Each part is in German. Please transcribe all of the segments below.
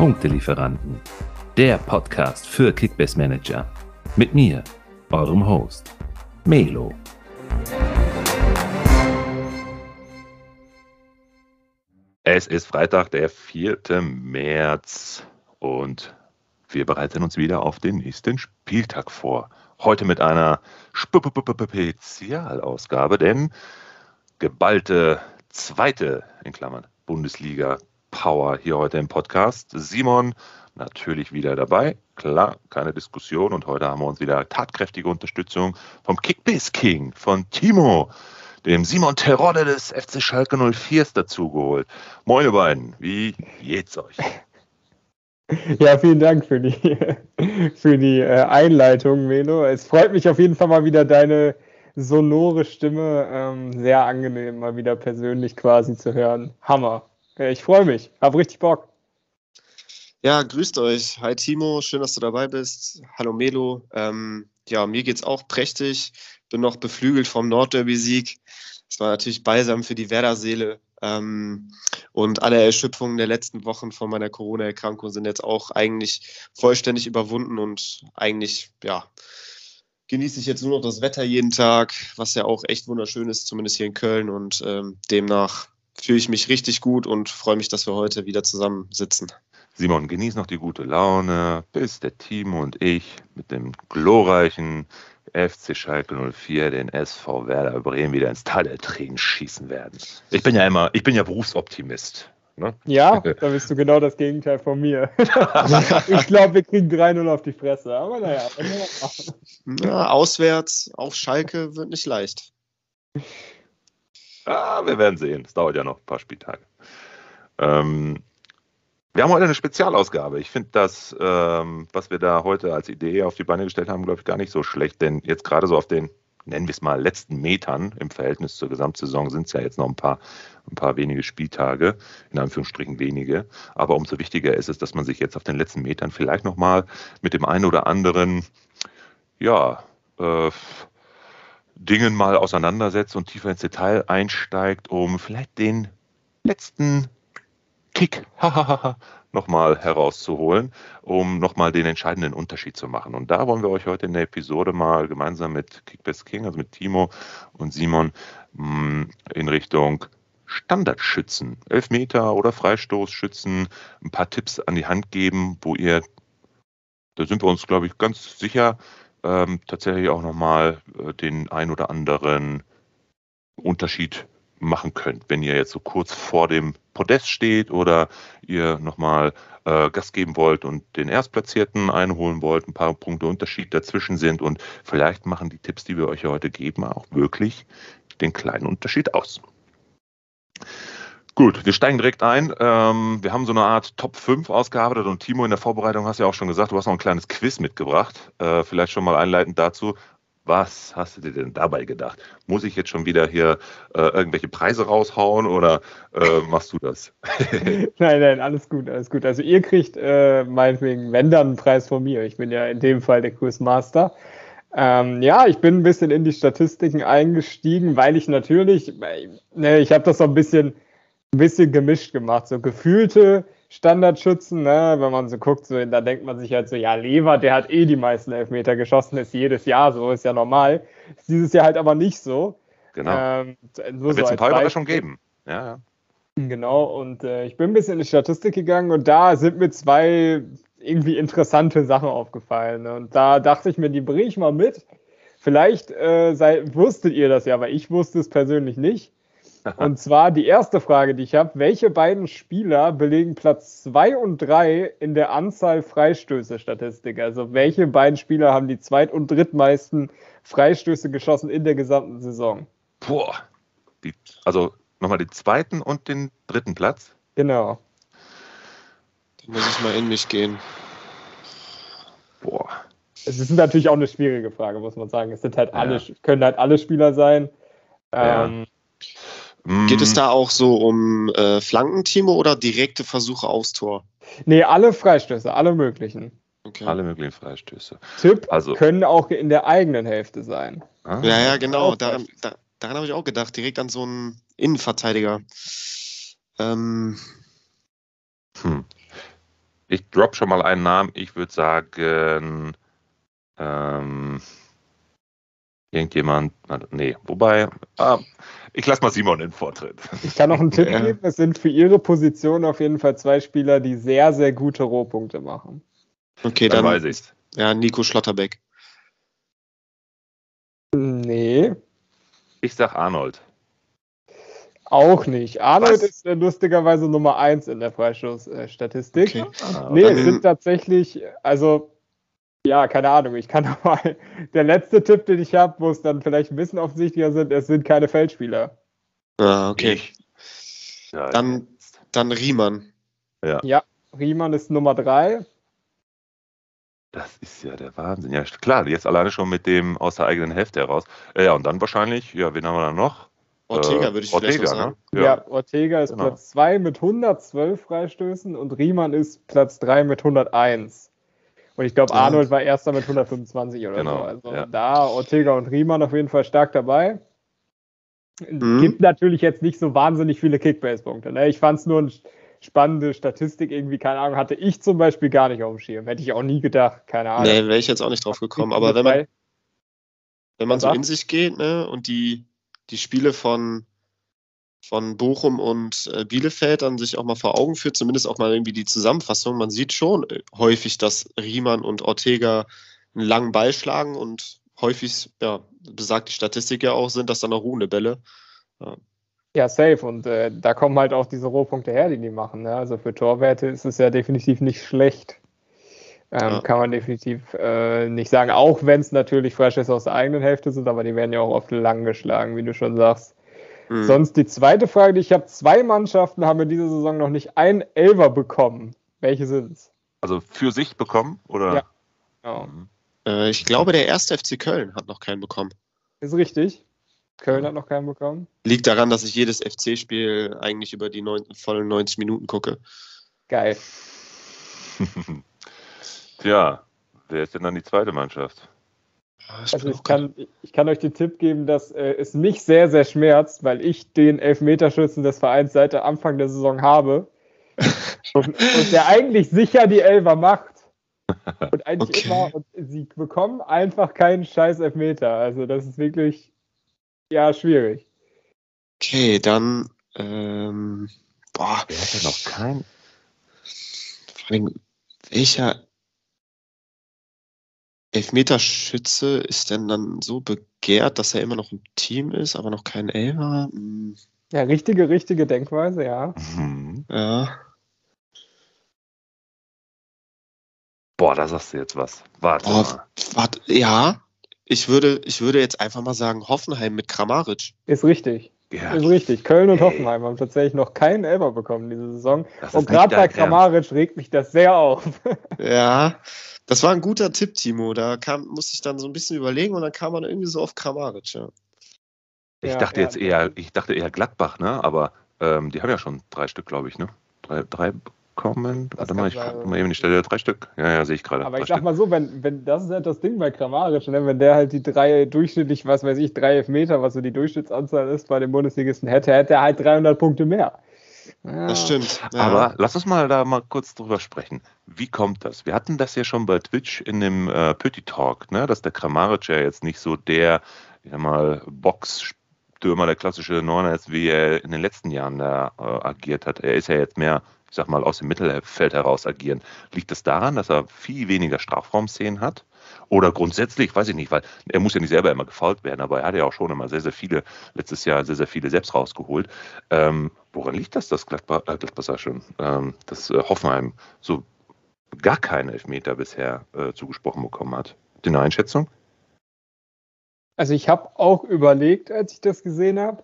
Punktelieferanten, der Podcast für Kickbase Manager. Mit mir, eurem Host, Melo. Es ist Freitag, der 4. März und wir bereiten uns wieder auf den nächsten Spieltag vor. Heute mit einer Spezialausgabe, denn geballte zweite, in Klammern, Bundesliga Power hier heute im Podcast. Simon natürlich wieder dabei, klar, keine Diskussion. Und heute haben wir uns wieder tatkräftige Unterstützung vom Kickbase King, von Timo, dem Simon Terodde des FC Schalke 04 dazu geholt. Moin ihr beiden, wie geht's euch? Ja, vielen Dank für die Einleitung, Melo. Es freut mich auf jeden Fall mal wieder, deine sonore Stimme sehr angenehm, mal wieder persönlich quasi zu hören. Hammer. Ich freue mich, hab richtig Bock. Ja, grüßt euch. Hi Timo, schön, dass du dabei bist. Hallo Melo. Ja, mir geht's auch prächtig. Bin noch beflügelt vom Nordderby-Sieg. Das war natürlich balsam für die Werder-Seele. Und alle Erschöpfungen der letzten Wochen von meiner Corona-Erkrankung sind jetzt auch eigentlich vollständig überwunden und eigentlich, ja, genieße ich jetzt nur noch das Wetter jeden Tag, was ja auch echt wunderschön ist, zumindest hier in Köln, und demnach fühle ich mich richtig gut und freue mich, dass wir heute wieder zusammensitzen. Simon, genieß noch die gute Laune, bis der Timo und ich mit dem glorreichen FC Schalke 04 den SV Werder Bremen wieder ins Tal der Tränen schießen werden. Ich bin ja Berufsoptimist. Ne? Ja, da bist du genau das Gegenteil von mir. Ich glaube, wir kriegen 3-0 auf die Fresse, aber naja. Ja, auswärts auf Schalke wird nicht leicht. Wir werden sehen. Es dauert ja noch ein paar Spieltage. Wir haben heute eine Spezialausgabe. Ich finde das, was wir da heute als Idee auf die Beine gestellt haben, glaube ich, gar nicht so schlecht. Denn jetzt gerade so auf den, nennen wir es mal, letzten Metern im Verhältnis zur Gesamtsaison sind es ja jetzt noch ein paar wenige Spieltage, in Anführungsstrichen wenige. Aber umso wichtiger ist es, dass man sich jetzt auf den letzten Metern vielleicht nochmal mit dem einen oder anderen, ja, Dingen mal auseinandersetzt und tiefer ins Detail einsteigt, um vielleicht den letzten Kick nochmal herauszuholen, um nochmal den entscheidenden Unterschied zu machen. Und da wollen wir euch heute in der Episode mal gemeinsam mit Kickbase King, also mit Timo und Simon, in Richtung Standardschützen, Elfmeter oder Freistoßschützen, ein paar Tipps an die Hand geben, wo ihr, da sind wir uns, glaube ich, ganz sicher, tatsächlich auch nochmal den ein oder anderen Unterschied machen könnt, wenn ihr jetzt so kurz vor dem Podest steht oder ihr nochmal Gas geben wollt und den Erstplatzierten einholen wollt, ein paar Punkte Unterschied dazwischen sind, und vielleicht machen die Tipps, die wir euch heute geben, auch wirklich den kleinen Unterschied aus. Gut, wir steigen direkt ein. Wir haben so eine Art Top 5 ausgearbeitet, und Timo, in der Vorbereitung hast du ja auch schon gesagt, du hast noch ein kleines Quiz mitgebracht. Vielleicht schon mal einleitend dazu. Was hast du dir denn dabei gedacht? Muss ich jetzt schon wieder hier irgendwelche Preise raushauen oder machst du das? Nein, alles gut, alles gut. Also ihr kriegt meinetwegen, wenn dann, einen Preis von mir. Ich bin ja in dem Fall der Quizmaster. Ja, ich bin ein bisschen in die Statistiken eingestiegen, weil ich natürlich, ich habe das so ein bisschen gemischt gemacht. So gefühlte Standardschützen, ne? Wenn man so guckt, so, da denkt man sich halt so, ja, Lever, der hat die meisten Elfmeter geschossen, ist jedes Jahr so, ist ja normal. Ist dieses Jahr halt aber nicht so. Genau. Da wird es ein paar Überraschungen geben. Ja. Genau, und ich bin ein bisschen in die Statistik gegangen, und da sind mir zwei irgendwie interessante Sachen aufgefallen. Ne? Und da dachte ich mir, die bringe ich mal mit. Vielleicht wusstet ihr das ja, aber ich wusste es persönlich nicht. Und zwar die erste Frage, die ich habe: Welche beiden Spieler belegen Platz 2 und 3 in der Anzahl Freistöße-Statistik? Also welche beiden Spieler haben die zweit- und drittmeisten Freistöße geschossen in der gesamten Saison? Boah, also nochmal den zweiten und den dritten Platz? Genau. Da muss ich mal in mich gehen. Boah. Es ist natürlich auch eine schwierige Frage, muss man sagen. Es sind halt können halt alle Spieler sein. Geht es da auch so um Flanken, Timo, oder direkte Versuche aufs Tor? Nee, alle Freistöße, alle möglichen. Okay. Alle möglichen Freistöße. Tipp, können auch in der eigenen Hälfte sein. Ja, genau. Daran habe ich auch gedacht. Direkt an so einen Innenverteidiger. Ich drop schon mal einen Namen. Ich würde sagen, irgendjemand, nee, wobei, ich lasse mal Simon den Vortritt. Ich kann noch einen Tipp Ja. geben. Es sind für ihre Position auf jeden Fall 2 Spieler, die sehr, sehr gute Rohpunkte machen. Okay, Dann dann weiß ich's. ja, Nico Schlotterbeck. Nee, Ich sag Arnold. auch nicht. Arnold Was? ist lustigerweise Nummer 1 in der Freistoßstatistik. Okay. Nee, okay. es sind tatsächlich, also, ja, keine Ahnung. Ich kann noch mal, der letzte Tipp, den ich habe, wo es dann vielleicht ein bisschen offensichtlicher sind, es sind keine Feldspieler. Okay. Ich. Ja, Dann Riemann. Ja, Riemann ist Nummer 3. das ist ja der Wahnsinn. Ja, klar, jetzt alleine schon mit dem aus der eigenen Hälfte heraus. Ja, und dann wahrscheinlich, ja, wen haben wir dann noch? Ortega würde ich vielleicht noch sagen. ne? Ja, Ortega ist genau. Platz 2 mit 112 Freistößen und Riemann ist Platz 3 mit 101. Und ich glaube, Ja. Arnold war erster mit 125 oder Genau, so. Also ja. da Ortega und Riemann auf jeden Fall stark dabei. Mhm. Gibt natürlich jetzt nicht so wahnsinnig viele Kickbase-Punkte. Ne? Ich fand es nur eine spannende Statistik irgendwie, keine Ahnung, hatte ich zum Beispiel gar nicht auf dem Schirm. Hätte ich auch nie gedacht, keine Ahnung. Nee, wäre ich jetzt auch nicht drauf gekommen. Aber wenn man so Was? in sich geht, ne, und die Spiele von Bochum und Bielefeld dann sich auch mal vor Augen führt, zumindest auch mal irgendwie die Zusammenfassung, man sieht schon häufig, dass Riemann und Ortega einen langen Ball schlagen und häufig, ja, besagt die Statistik ja auch, sind das dann auch ruhende Bälle. Ja, safe. Und da kommen halt auch diese Rohpunkte her, die machen. Ne? Also für Torwerte ist es ja definitiv nicht schlecht. Ja. Kann man definitiv nicht sagen. Auch wenn es natürlich Freischüsse aus der eigenen Hälfte sind, aber die werden ja auch oft lang geschlagen, wie du schon sagst. Mhm. Sonst die zweite Frage, die ich habe: 2 Mannschaften haben in dieser Saison noch nicht einen Elfer bekommen. Welche sind es? Also für sich bekommen, oder? Ja. Genau. Ich glaube, der erste FC Köln hat noch keinen bekommen. Ist richtig. Köln hat noch keinen bekommen. Liegt daran, dass ich jedes FC-Spiel eigentlich über die vollen 90 Minuten gucke. Geil. Tja, wer ist denn dann die zweite Mannschaft? Also ich kann euch den Tipp geben, dass es mich sehr, sehr schmerzt, weil ich den Elfmeterschützen des Vereins seit der Anfang der Saison habe und der eigentlich sicher die Elfer macht. Und eigentlich Okay. immer, und sie bekommen einfach keinen scheiß Elfmeter. Also das ist wirklich, ja, schwierig. Okay, dann Wer hat denn noch kein? vor allem, welcher Elfmeterschütze ist denn dann so begehrt, dass er immer noch im Team ist, aber noch kein Elfer? Ja, richtige Denkweise, ja. Ja. Boah, da sagst du jetzt was. Warte mal. Warte, ja. Ich würde jetzt einfach mal sagen, Hoffenheim mit Kramaric. Ist richtig. Ja, Ist richtig. Köln und Ey. Hoffenheim haben tatsächlich noch keinen Elfer bekommen diese Saison. das Und ist nicht gerade bei dein Ernst. Kramaric regt mich das sehr auf. Ja, das war ein guter Tipp, Timo. Da musste ich dann so ein bisschen überlegen und dann kam man irgendwie so auf Kramaric. Ja. Ich Ja, dachte ja, jetzt eher Gladbach, ne? Aber die haben ja schon 3 Stück, glaube ich, ne? Drei bekommen. Das Warte mal, kann ich sein. gucke mal eben die Stelle. 3 Stück. Ja, sehe ich gerade. Aber 3 ich sag Stück. mal so, wenn das ist halt das Ding bei Kramaric, ne? Wenn der halt die 3 durchschnittlich, was weiß ich, 3 Elfmeter, was so die Durchschnittsanzahl ist bei den Bundesligisten hätte er halt 300 Punkte mehr. Ja. Das stimmt. Ja. Aber lass uns da mal kurz drüber sprechen. Wie kommt das? Wir hatten das ja schon bei Twitch in dem Petit Talk, ne? Dass der Kramaric ja jetzt nicht so der, ich sag mal, Boxstürmer, der klassische Neuner ist, wie er in den letzten Jahren da agiert hat. Er ist ja jetzt mehr, ich sag mal, aus dem Mittelfeld heraus agieren. Liegt es daran, dass er viel weniger Strafraumszenen hat? Oder grundsätzlich, weiß ich nicht, weil er muss ja nicht selber immer gefoult werden, aber er hat ja auch schon immer letztes Jahr sehr, sehr viele selbst rausgeholt. Woran liegt das, dass Gladbach sag schon, dass Hoffenheim so gar keine Elfmeter bisher zugesprochen bekommen hat? Habt ihr eine Einschätzung? Also ich habe auch überlegt, als ich das gesehen habe.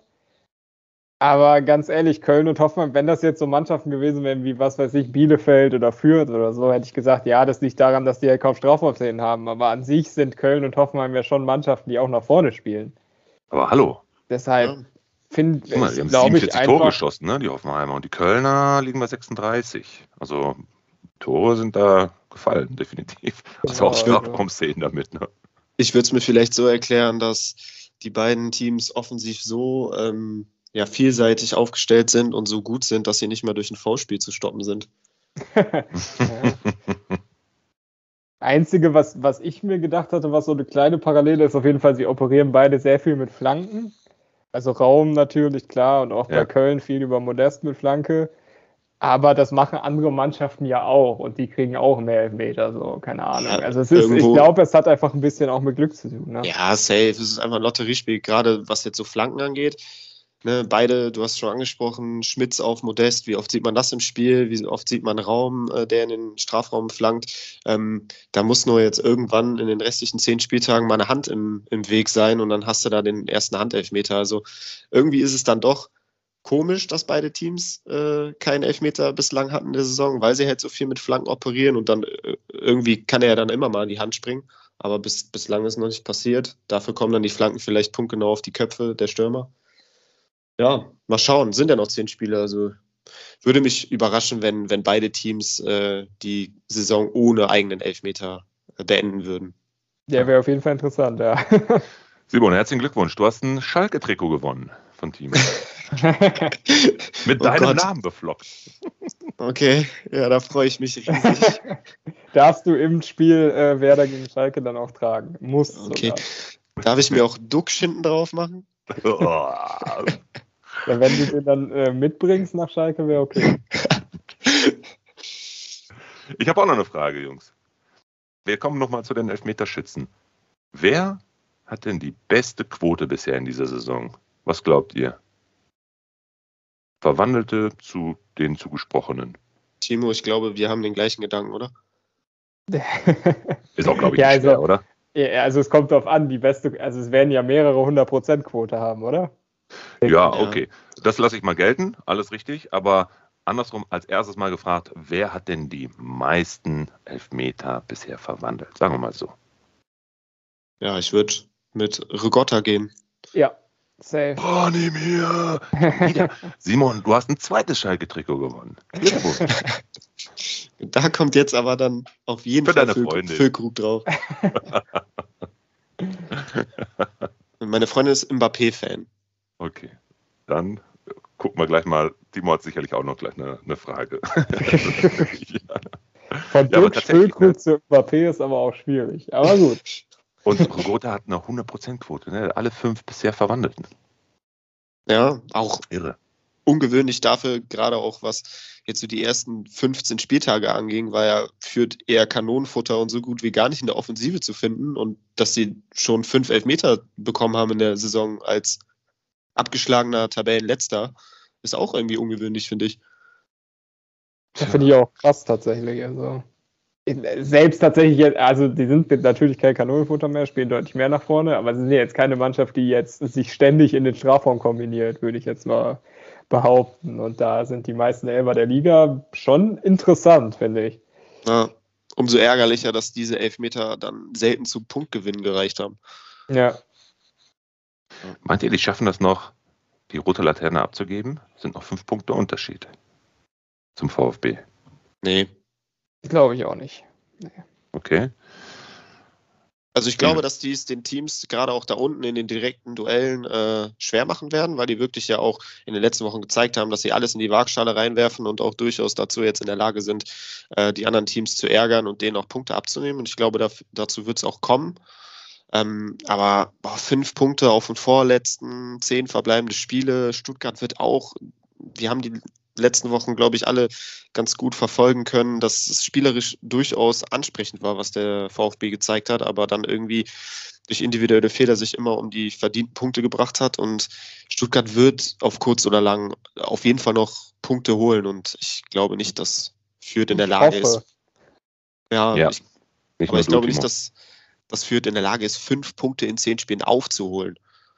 Aber ganz ehrlich, Köln und Hoffenheim, wenn das jetzt so Mannschaften gewesen wären wie, was weiß ich, Bielefeld oder Fürth oder so, hätte ich gesagt, ja, das liegt daran, dass die ja kaum Strafraumszenen haben. Aber an sich sind Köln und Hoffenheim ja schon Mannschaften, die auch nach vorne spielen. Aber hallo, Deshalb Ja. finde guck mal, die haben ich, glaube ich, 47 Tore einfach, geschossen, ne, die Hoffenheimer. Und die Kölner liegen bei 36. Also Tore sind da gefallen, definitiv. Also auch Genau, Strafraumszenen damit, ne? Ich würde es mir vielleicht so erklären, dass die beiden Teams offensiv so vielseitig aufgestellt sind und so gut sind, dass sie nicht mehr durch ein Foulspiel zu stoppen sind. Einzige, was ich mir gedacht hatte, was so eine kleine Parallele ist, auf jeden Fall, sie operieren beide sehr viel mit Flanken. Also Raum natürlich, klar, und auch bei Köln viel über Modest mit Flanke. Aber das machen andere Mannschaften ja auch und die kriegen auch mehr Elfmeter, so, keine Ahnung. Ja, also ich glaube, es hat einfach ein bisschen auch mit Glück zu tun. Ne? Ja, safe. Es ist einfach ein Lotteriespiel, gerade was jetzt so Flanken angeht. Ne, beide, du hast schon angesprochen, Schmitz auf Modest, wie oft sieht man das im Spiel, wie oft sieht man Raum, der in den Strafraum flankt. Da muss nur jetzt irgendwann in den restlichen 10 Spieltagen mal eine Hand im Weg sein und dann hast du da den ersten Handelfmeter. Also irgendwie ist es dann doch komisch, dass beide Teams keinen Elfmeter bislang hatten in der Saison, weil sie halt so viel mit Flanken operieren und dann irgendwie kann er ja dann immer mal in die Hand springen. Aber bislang ist noch nicht passiert. Dafür kommen dann die Flanken vielleicht punktgenau auf die Köpfe der Stürmer. Ja, mal schauen. Sind ja noch 10 Spiele. Also würde mich überraschen, wenn beide Teams die Saison ohne eigenen Elfmeter beenden würden. Ja, wäre auf jeden Fall interessant, ja. Simon, herzlichen Glückwunsch. Du hast ein Schalke-Trikot gewonnen von Timo. Mit deinem Namen beflockt. Okay, ja, da freue ich mich riesig. Darfst du im Spiel Werder gegen Schalke dann auch tragen? Musst okay. Sogar. Darf ich mir auch Duxch hinten drauf machen? Ja, wenn du den dann mitbringst nach Schalke, wäre okay. Ich habe auch noch eine Frage, Jungs. Wir kommen nochmal zu den Elfmeterschützen. Wer hat denn die beste Quote bisher in dieser Saison? Was glaubt ihr? Verwandelte zu den zugesprochenen. Timo, ich glaube, wir haben den gleichen Gedanken, oder? Ist auch, glaube ich, nicht schwer, oder? Ja, also es kommt darauf an, die beste, also es werden ja mehrere 100% Quote haben, oder? Ja, okay. Das lasse ich mal gelten, alles richtig, aber andersrum als erstes mal gefragt, wer hat denn die meisten Elfmeter bisher verwandelt? Sagen wir mal so. Ja, ich würde mit Rigotta gehen. Ja, safe. Boah, nimm hier. Simon, du hast ein zweites Schalke-Trikot gewonnen. Da kommt jetzt aber dann auf jeden Für Fall deine Freundin. Füllkrug drauf. Meine Freundin ist Mbappé-Fan. Okay, dann gucken wir gleich mal. Timo hat sicherlich auch noch gleich eine Frage. Von Duxch, Füllkrug zu Mbappé ist aber auch schwierig. Aber gut. Und Rigotta hat eine 100%-Quote, ne? Alle 5 bisher Verwandelten. Ja, auch irre. Ungewöhnlich dafür, gerade auch was jetzt so die ersten 15 Spieltage anging, war er führt eher Kanonenfutter und so gut wie gar nicht in der Offensive zu finden und dass sie schon 5 Elfmeter bekommen haben in der Saison als abgeschlagener Tabellenletzter, ist auch irgendwie ungewöhnlich, finde ich. Das finde ich auch krass tatsächlich. Also selbst tatsächlich, also die sind natürlich kein Kanonenfutter mehr, spielen deutlich mehr nach vorne, aber sie sind ja jetzt keine Mannschaft, die jetzt sich ständig in den Strafraum kombiniert, würde ich jetzt mal behaupten. Und da sind die meisten Elfer der Liga schon interessant, finde ich. Ja, umso ärgerlicher, dass diese Elfmeter dann selten zu Punktgewinn gereicht haben. Ja. Meint ihr, die schaffen das noch, die rote Laterne abzugeben? Sind noch 5 Punkte Unterschied zum VfB. Nee. Glaube ich auch nicht. Nee. Okay. Also ich glaube, dass die es den Teams gerade auch da unten in den direkten Duellen schwer machen werden, weil die wirklich ja auch in den letzten Wochen gezeigt haben, dass sie alles in die Waagschale reinwerfen und auch durchaus dazu jetzt in der Lage sind, die anderen Teams zu ärgern und denen auch Punkte abzunehmen. Und ich glaube, dazu wird es auch kommen. Aber 5 Punkte auf den vorletzten, 10 verbleibende Spiele. Stuttgart wird auch, wir haben die letzten Wochen, glaube ich, alle ganz gut verfolgen können, dass es spielerisch durchaus ansprechend war, was der VfB gezeigt hat, aber dann irgendwie durch individuelle Fehler sich immer um die verdienten Punkte gebracht hat und Stuttgart wird auf kurz oder lang auf jeden Fall noch Punkte holen und ich glaube nicht, dass Fürth in der Lage ist. Ja. Ich glaube nicht, dass Fürth in der Lage ist, 5 Punkte in 10 Spielen aufzuholen.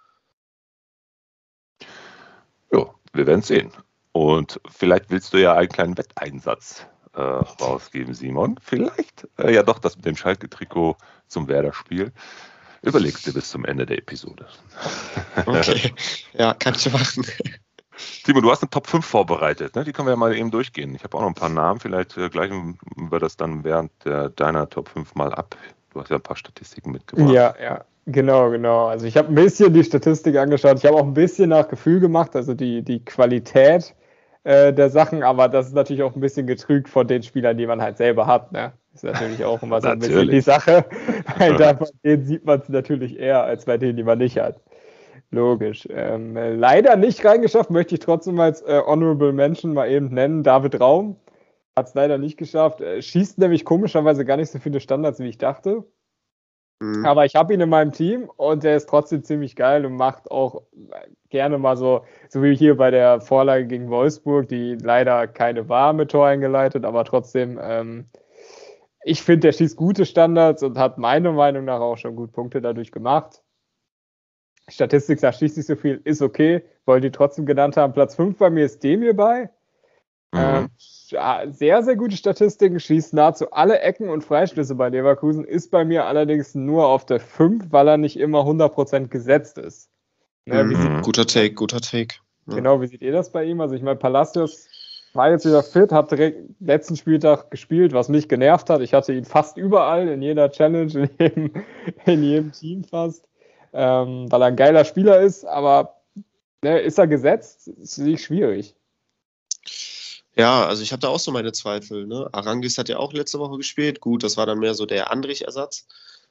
Ja, wir werden es sehen. Und vielleicht willst du ja einen kleinen Wetteinsatz rausgeben, Simon. Vielleicht ja doch das mit dem Schalke-Trikot zum Werder-Spiel. Überlegst du bis zum Ende der Episode. Okay, ja, kann ich machen. Timo, du hast eine Top 5 vorbereitet, ne? Die können wir ja mal eben durchgehen. Ich habe auch noch ein paar Namen, vielleicht gleichen wir das dann während deiner Top 5 mal ab. Du hast ja ein paar Statistiken mitgebracht. Ja, genau. Also ich habe ein bisschen die Statistik angeschaut. Ich habe auch ein bisschen nach Gefühl gemacht, also die Qualität der Sachen, aber das ist natürlich auch ein bisschen getrügt von den Spielern, die man halt selber hat. Ne? Ist natürlich auch immer so ein bisschen die Sache, weil da bei denen sieht man es natürlich eher als bei denen, die man nicht hat. Logisch. Leider nicht reingeschafft, möchte ich trotzdem als Honorable Mention mal eben nennen. David Raum hat es leider nicht geschafft. Schießt nämlich komischerweise gar nicht so viele Standards, wie ich dachte. Aber ich habe ihn in meinem Team und der ist trotzdem ziemlich geil und macht auch gerne mal so wie hier bei der Vorlage gegen Wolfsburg, die leider keine war mit Tor eingeleitet, aber trotzdem, ich finde, der schießt gute Standards und hat meiner Meinung nach auch schon gut Punkte dadurch gemacht. Statistik sagt, schießt nicht so viel, ist okay, wollen die trotzdem genannt haben. Platz 5 bei mir ist Demir bei. Sehr, sehr gute Statistiken, schießt nahezu alle Ecken und Freistöße bei Leverkusen, ist bei mir allerdings nur auf der 5, weil er nicht immer 100% gesetzt ist. Ne, guter Take. Ja. Genau, wie seht ihr das bei ihm? Also ich meine, Palacios war jetzt wieder fit, hat direkt letzten Spieltag gespielt, was mich genervt hat. Ich hatte ihn fast überall, in jeder Challenge, in jedem Team fast, weil er ein geiler Spieler ist, aber ne, ist er gesetzt? Ist nicht schwierig. Ja, also ich habe da auch so meine Zweifel. Ne? Arangis hat ja auch letzte Woche gespielt. Gut, das war dann mehr so der Andrich-Ersatz.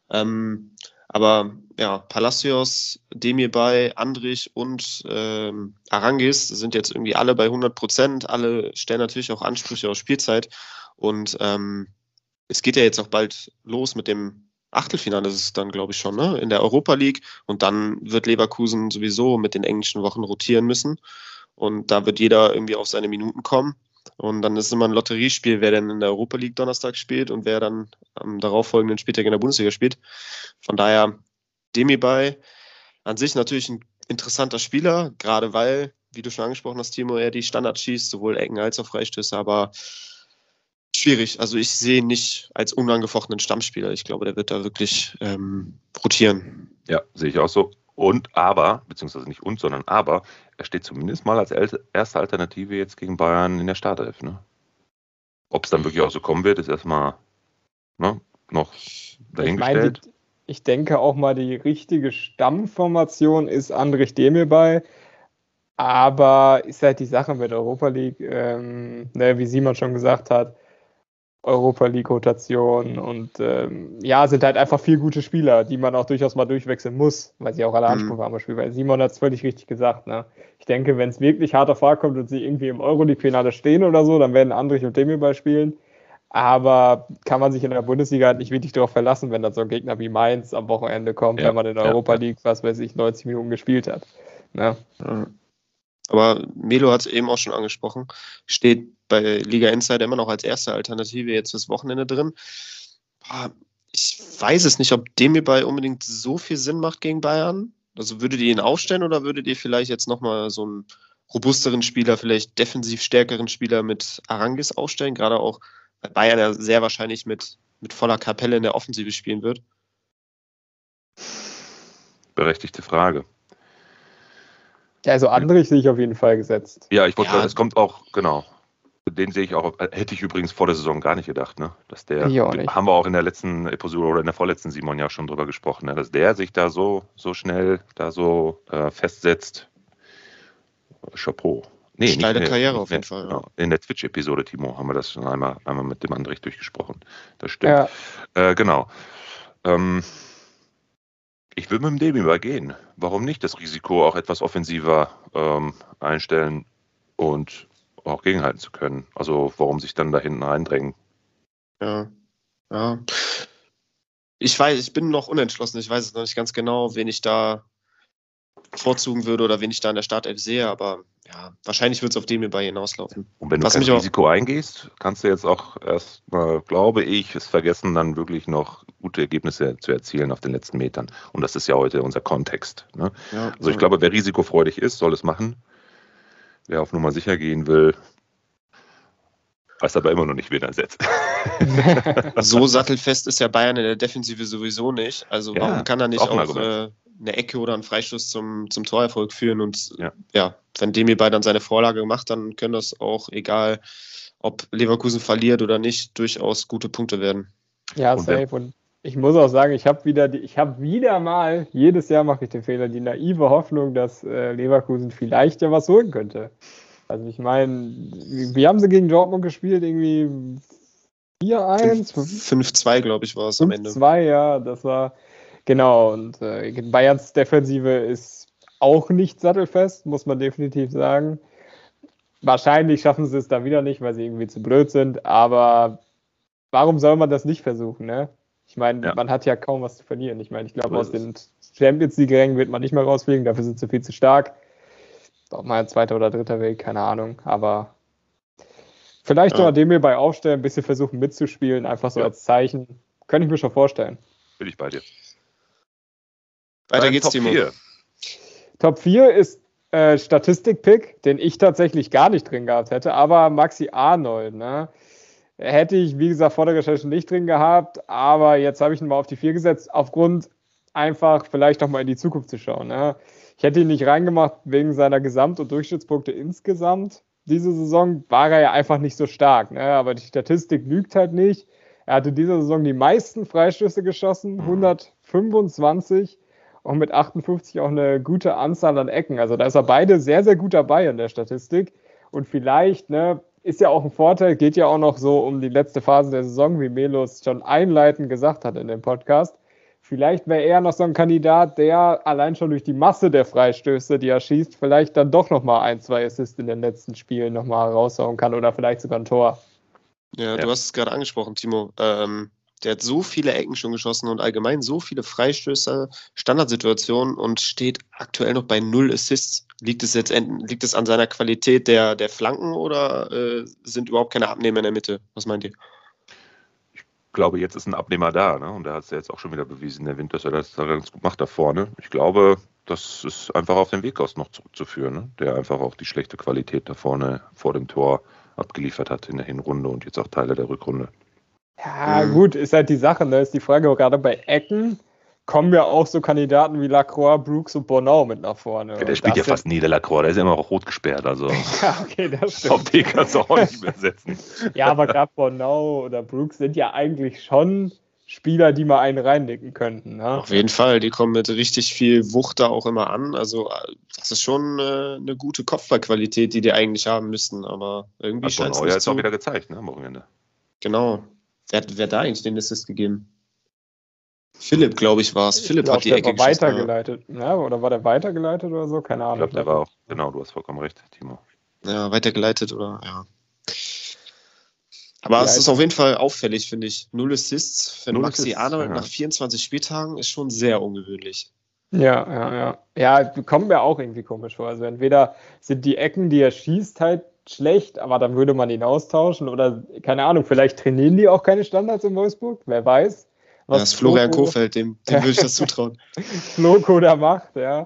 Aber ja, Palacios, Demirbay, Andrich und Arangis sind jetzt irgendwie alle bei 100%. Alle stellen natürlich auch Ansprüche auf Spielzeit. Und es geht ja jetzt auch bald los mit dem Achtelfinale, das ist dann, glaube ich, schon, ne? In der Europa League. Und dann wird Leverkusen sowieso mit den englischen Wochen rotieren müssen. Und da wird jeder irgendwie auf seine Minuten kommen. Und dann ist immer ein Lotteriespiel, wer denn in der Europa League Donnerstag spielt und wer dann am darauffolgenden Spieltag in der Bundesliga spielt. Von daher, Demirbay an sich natürlich ein interessanter Spieler, gerade weil, wie du schon angesprochen hast, Timo, er die Standards schießt, sowohl Ecken als auch Freistöße, aber schwierig. Also ich sehe ihn nicht als unangefochtenen Stammspieler. Ich glaube, der wird da wirklich rotieren. Ja, sehe ich auch so. Beziehungsweise nicht sondern aber, er steht zumindest mal als erste Alternative jetzt gegen Bayern in der Startelf. Ne? Ob es dann wirklich auch so kommen wird, ist erstmal noch dahingestellt. Ich denke auch mal, die richtige Stammformation ist Andrich Demirbay, aber ist halt die Sache mit Europa League, wie Simon schon gesagt hat, Europa League-Rotation und sind halt einfach viel gute Spieler, die man auch durchaus mal durchwechseln muss, weil sie auch alle Anspruch haben. Weil Simon hat es völlig richtig gesagt. Ne? Ich denke, wenn es wirklich hart auf hart kommt und sie irgendwie im Euroleague-Finale stehen oder so, dann werden Andrich und Demirbay spielen. Aber kann man sich in der Bundesliga halt nicht wirklich darauf verlassen, wenn dann so ein Gegner wie Mainz am Wochenende kommt, wenn man in der Europa League, 90 Minuten gespielt hat. Ne? Ja. Aber Melo hat es eben auch schon angesprochen, steht bei Liga Insider immer noch als erste Alternative jetzt fürs Wochenende drin. Ich weiß es nicht, ob Demirbay unbedingt so viel Sinn macht gegen Bayern. Also würdet ihr ihn aufstellen oder würdet ihr vielleicht jetzt nochmal so einen robusteren Spieler, vielleicht defensiv stärkeren Spieler mit Arangis aufstellen? Gerade auch, weil Bayern ja sehr wahrscheinlich mit voller Kapelle in der Offensive spielen wird. Berechtigte Frage. Ja, also Andrich sehe ich auf jeden Fall gesetzt. Ja, ich wollte sagen, es kommt auch, genau. Den sehe ich auch, hätte ich übrigens vor der Saison gar nicht gedacht, ne? Dass der, haben wir auch in der letzten Episode oder in der vorletzten Simon ja schon drüber gesprochen, ne? Dass der sich da so schnell da so festsetzt. Chapeau. Steile Karriere auf jeden Fall. Ja. In der Twitch-Episode, Timo, haben wir das schon einmal mit dem Andrich durchgesprochen. Das stimmt. Ja. Genau. Ich würde mit dem Demirbay gehen. Warum nicht das Risiko auch etwas offensiver einstellen und auch gegenhalten zu können? Also warum sich dann da hinten reindrängen? Ja. Ich bin noch unentschlossen. Ich weiß es noch nicht ganz genau, wen ich da bevorzugen würde oder wen ich da in der Startelf sehe, aber ja, wahrscheinlich wird es auf Demirbay hinauslaufen. Und wenn du kein Risiko eingehst, kannst du jetzt auch erstmal, glaube ich, es vergessen, dann wirklich noch gute Ergebnisse zu erzielen auf den letzten Metern. Und das ist ja heute unser Kontext. Ne? Ja, also ich glaube, wer risikofreudig ist, soll es machen. Wer auf Nummer sicher gehen will, weiß aber immer noch nicht, wen er setzt. So sattelfest ist ja Bayern in der Defensive sowieso nicht. Also warum kann er nicht auch eine Ecke oder einen Freistoß zum Torerfolg führen? Und wenn Demirbay dann seine Vorlage macht, dann können das auch, egal ob Leverkusen verliert oder nicht, durchaus gute Punkte werden. Ja, safe. Und ich muss auch sagen, ich habe wieder mal, jedes Jahr mache ich den Fehler, die naive Hoffnung, dass Leverkusen vielleicht ja was holen könnte. Also ich meine, wie haben sie gegen Dortmund gespielt? Irgendwie 4-1? 5-2, glaube ich, war es am Ende. 5-2, ja, das war, genau. Und Bayerns Defensive ist auch nicht sattelfest, muss man definitiv sagen. Wahrscheinlich schaffen sie es da wieder nicht, weil sie irgendwie zu blöd sind, aber warum soll man das nicht versuchen, ne? Ich meine, man hat ja kaum was zu verlieren. Ich meine, ich glaube, aus den Champions League-Rängen wird man nicht mehr rausfliegen, dafür sind sie viel zu stark. Ob mal ein zweiter oder dritter Weg, keine Ahnung, aber vielleicht noch dem bei aufstellen, ein bisschen versuchen mitzuspielen, einfach so als Zeichen. Könnte ich mir schon vorstellen. Bin ich bei dir. Weiter geht's, Timo. Top 4 ist Statistik-Pick, den ich tatsächlich gar nicht drin gehabt hätte, aber Maxi Arnold, ne? Hätte ich, wie gesagt, vor der Recherche nicht drin gehabt, aber jetzt habe ich ihn mal auf die 4 gesetzt, aufgrund einfach vielleicht noch mal in die Zukunft zu schauen. Ne? Ich hätte ihn nicht reingemacht wegen seiner Gesamt- und Durchschnittspunkte insgesamt. Diese Saison war er ja einfach nicht so stark, ne? Aber die Statistik lügt halt nicht. Er hatte diese Saison die meisten Freistöße geschossen, 125 und mit 58 auch eine gute Anzahl an Ecken. Also da ist er beide sehr, sehr gut dabei in der Statistik. Und vielleicht, ne, ist ja auch ein Vorteil, geht ja auch noch so um die letzte Phase der Saison, wie Melos schon einleitend gesagt hat in dem Podcast. Vielleicht wäre er noch so ein Kandidat, der allein schon durch die Masse der Freistöße, die er schießt, vielleicht dann doch nochmal 1-2 Assists in den letzten Spielen nochmal raushauen kann oder vielleicht sogar ein Tor. Ja, du hast es gerade angesprochen, Timo. Der hat so viele Ecken schon geschossen und allgemein so viele Freistöße, Standardsituationen und steht aktuell noch bei 0 Assists. Liegt es an seiner Qualität der Flanken oder sind überhaupt keine Abnehmer in der Mitte? Was meint ihr? Ich glaube, jetzt ist ein Abnehmer da, ne? Und er hat es ja jetzt auch schon wieder bewiesen, der Wind, dass er das ganz gut macht da vorne. Ich glaube, das ist einfach auf den Weg aus noch zurückzuführen, ne? Der einfach auch die schlechte Qualität da vorne vor dem Tor abgeliefert hat in der Hinrunde und jetzt auch Teile der Rückrunde. Ja, gut, ist halt die Sache, ne? Ist die Frage, gerade bei Ecken kommen ja auch so Kandidaten wie Lacroix, Brooks und Bornau mit nach vorne. Ja, der spielt ja fast nie, der Lacroix, der ist immer auch rot gesperrt, also ja, okay, das stimmt. auf den kannst du auch nicht mehr setzen. Ja, aber gerade Bornau oder Brooks sind ja eigentlich schon Spieler, die mal einen reinnicken könnten. Ne? Auf jeden Fall, die kommen mit richtig viel Wucht da auch immer an. Also das ist schon eine gute Kopfballqualität, die die eigentlich haben müssten, aber irgendwie scheint es nicht jetzt auch wieder gezeigt, ne, am Wochenende. Genau. Wer hat da eigentlich den Assist gegeben? Philipp, glaube ich, war es. Philipp hat die Ecke geschossen. Weitergeleitet. Ja, oder war der weitergeleitet oder so? Keine Ahnung. Ich glaube, der war auch, genau, du hast vollkommen recht, Timo. Ja, weitergeleitet oder, ja. Aber es ist auf jeden Fall auffällig, finde ich. 0 Assists für Maxi Arnold nach 24 Spieltagen ist schon sehr ungewöhnlich. Ja. Ja, kommt mir auch irgendwie komisch vor. Also entweder sind die Ecken, die er schießt, halt schlecht, aber dann würde man ihn austauschen oder, keine Ahnung, vielleicht trainieren die auch keine Standards in Wolfsburg, wer weiß. Was das ist Florian Kohfeldt, dem würde ich das zutrauen. Floko da macht, ja.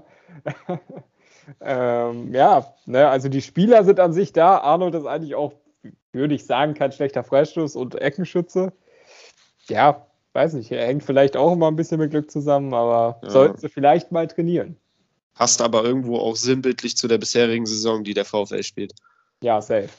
Ja, ne, also die Spieler sind an sich da. Arnold ist eigentlich auch, würde ich sagen, kein schlechter Freistoß- und Eckenschütze. Ja, weiß nicht, er hängt vielleicht auch immer ein bisschen mit Glück zusammen, aber sollten sie vielleicht mal trainieren. Passt aber irgendwo auch sinnbildlich zu der bisherigen Saison, die der VfL spielt. Ja, safe.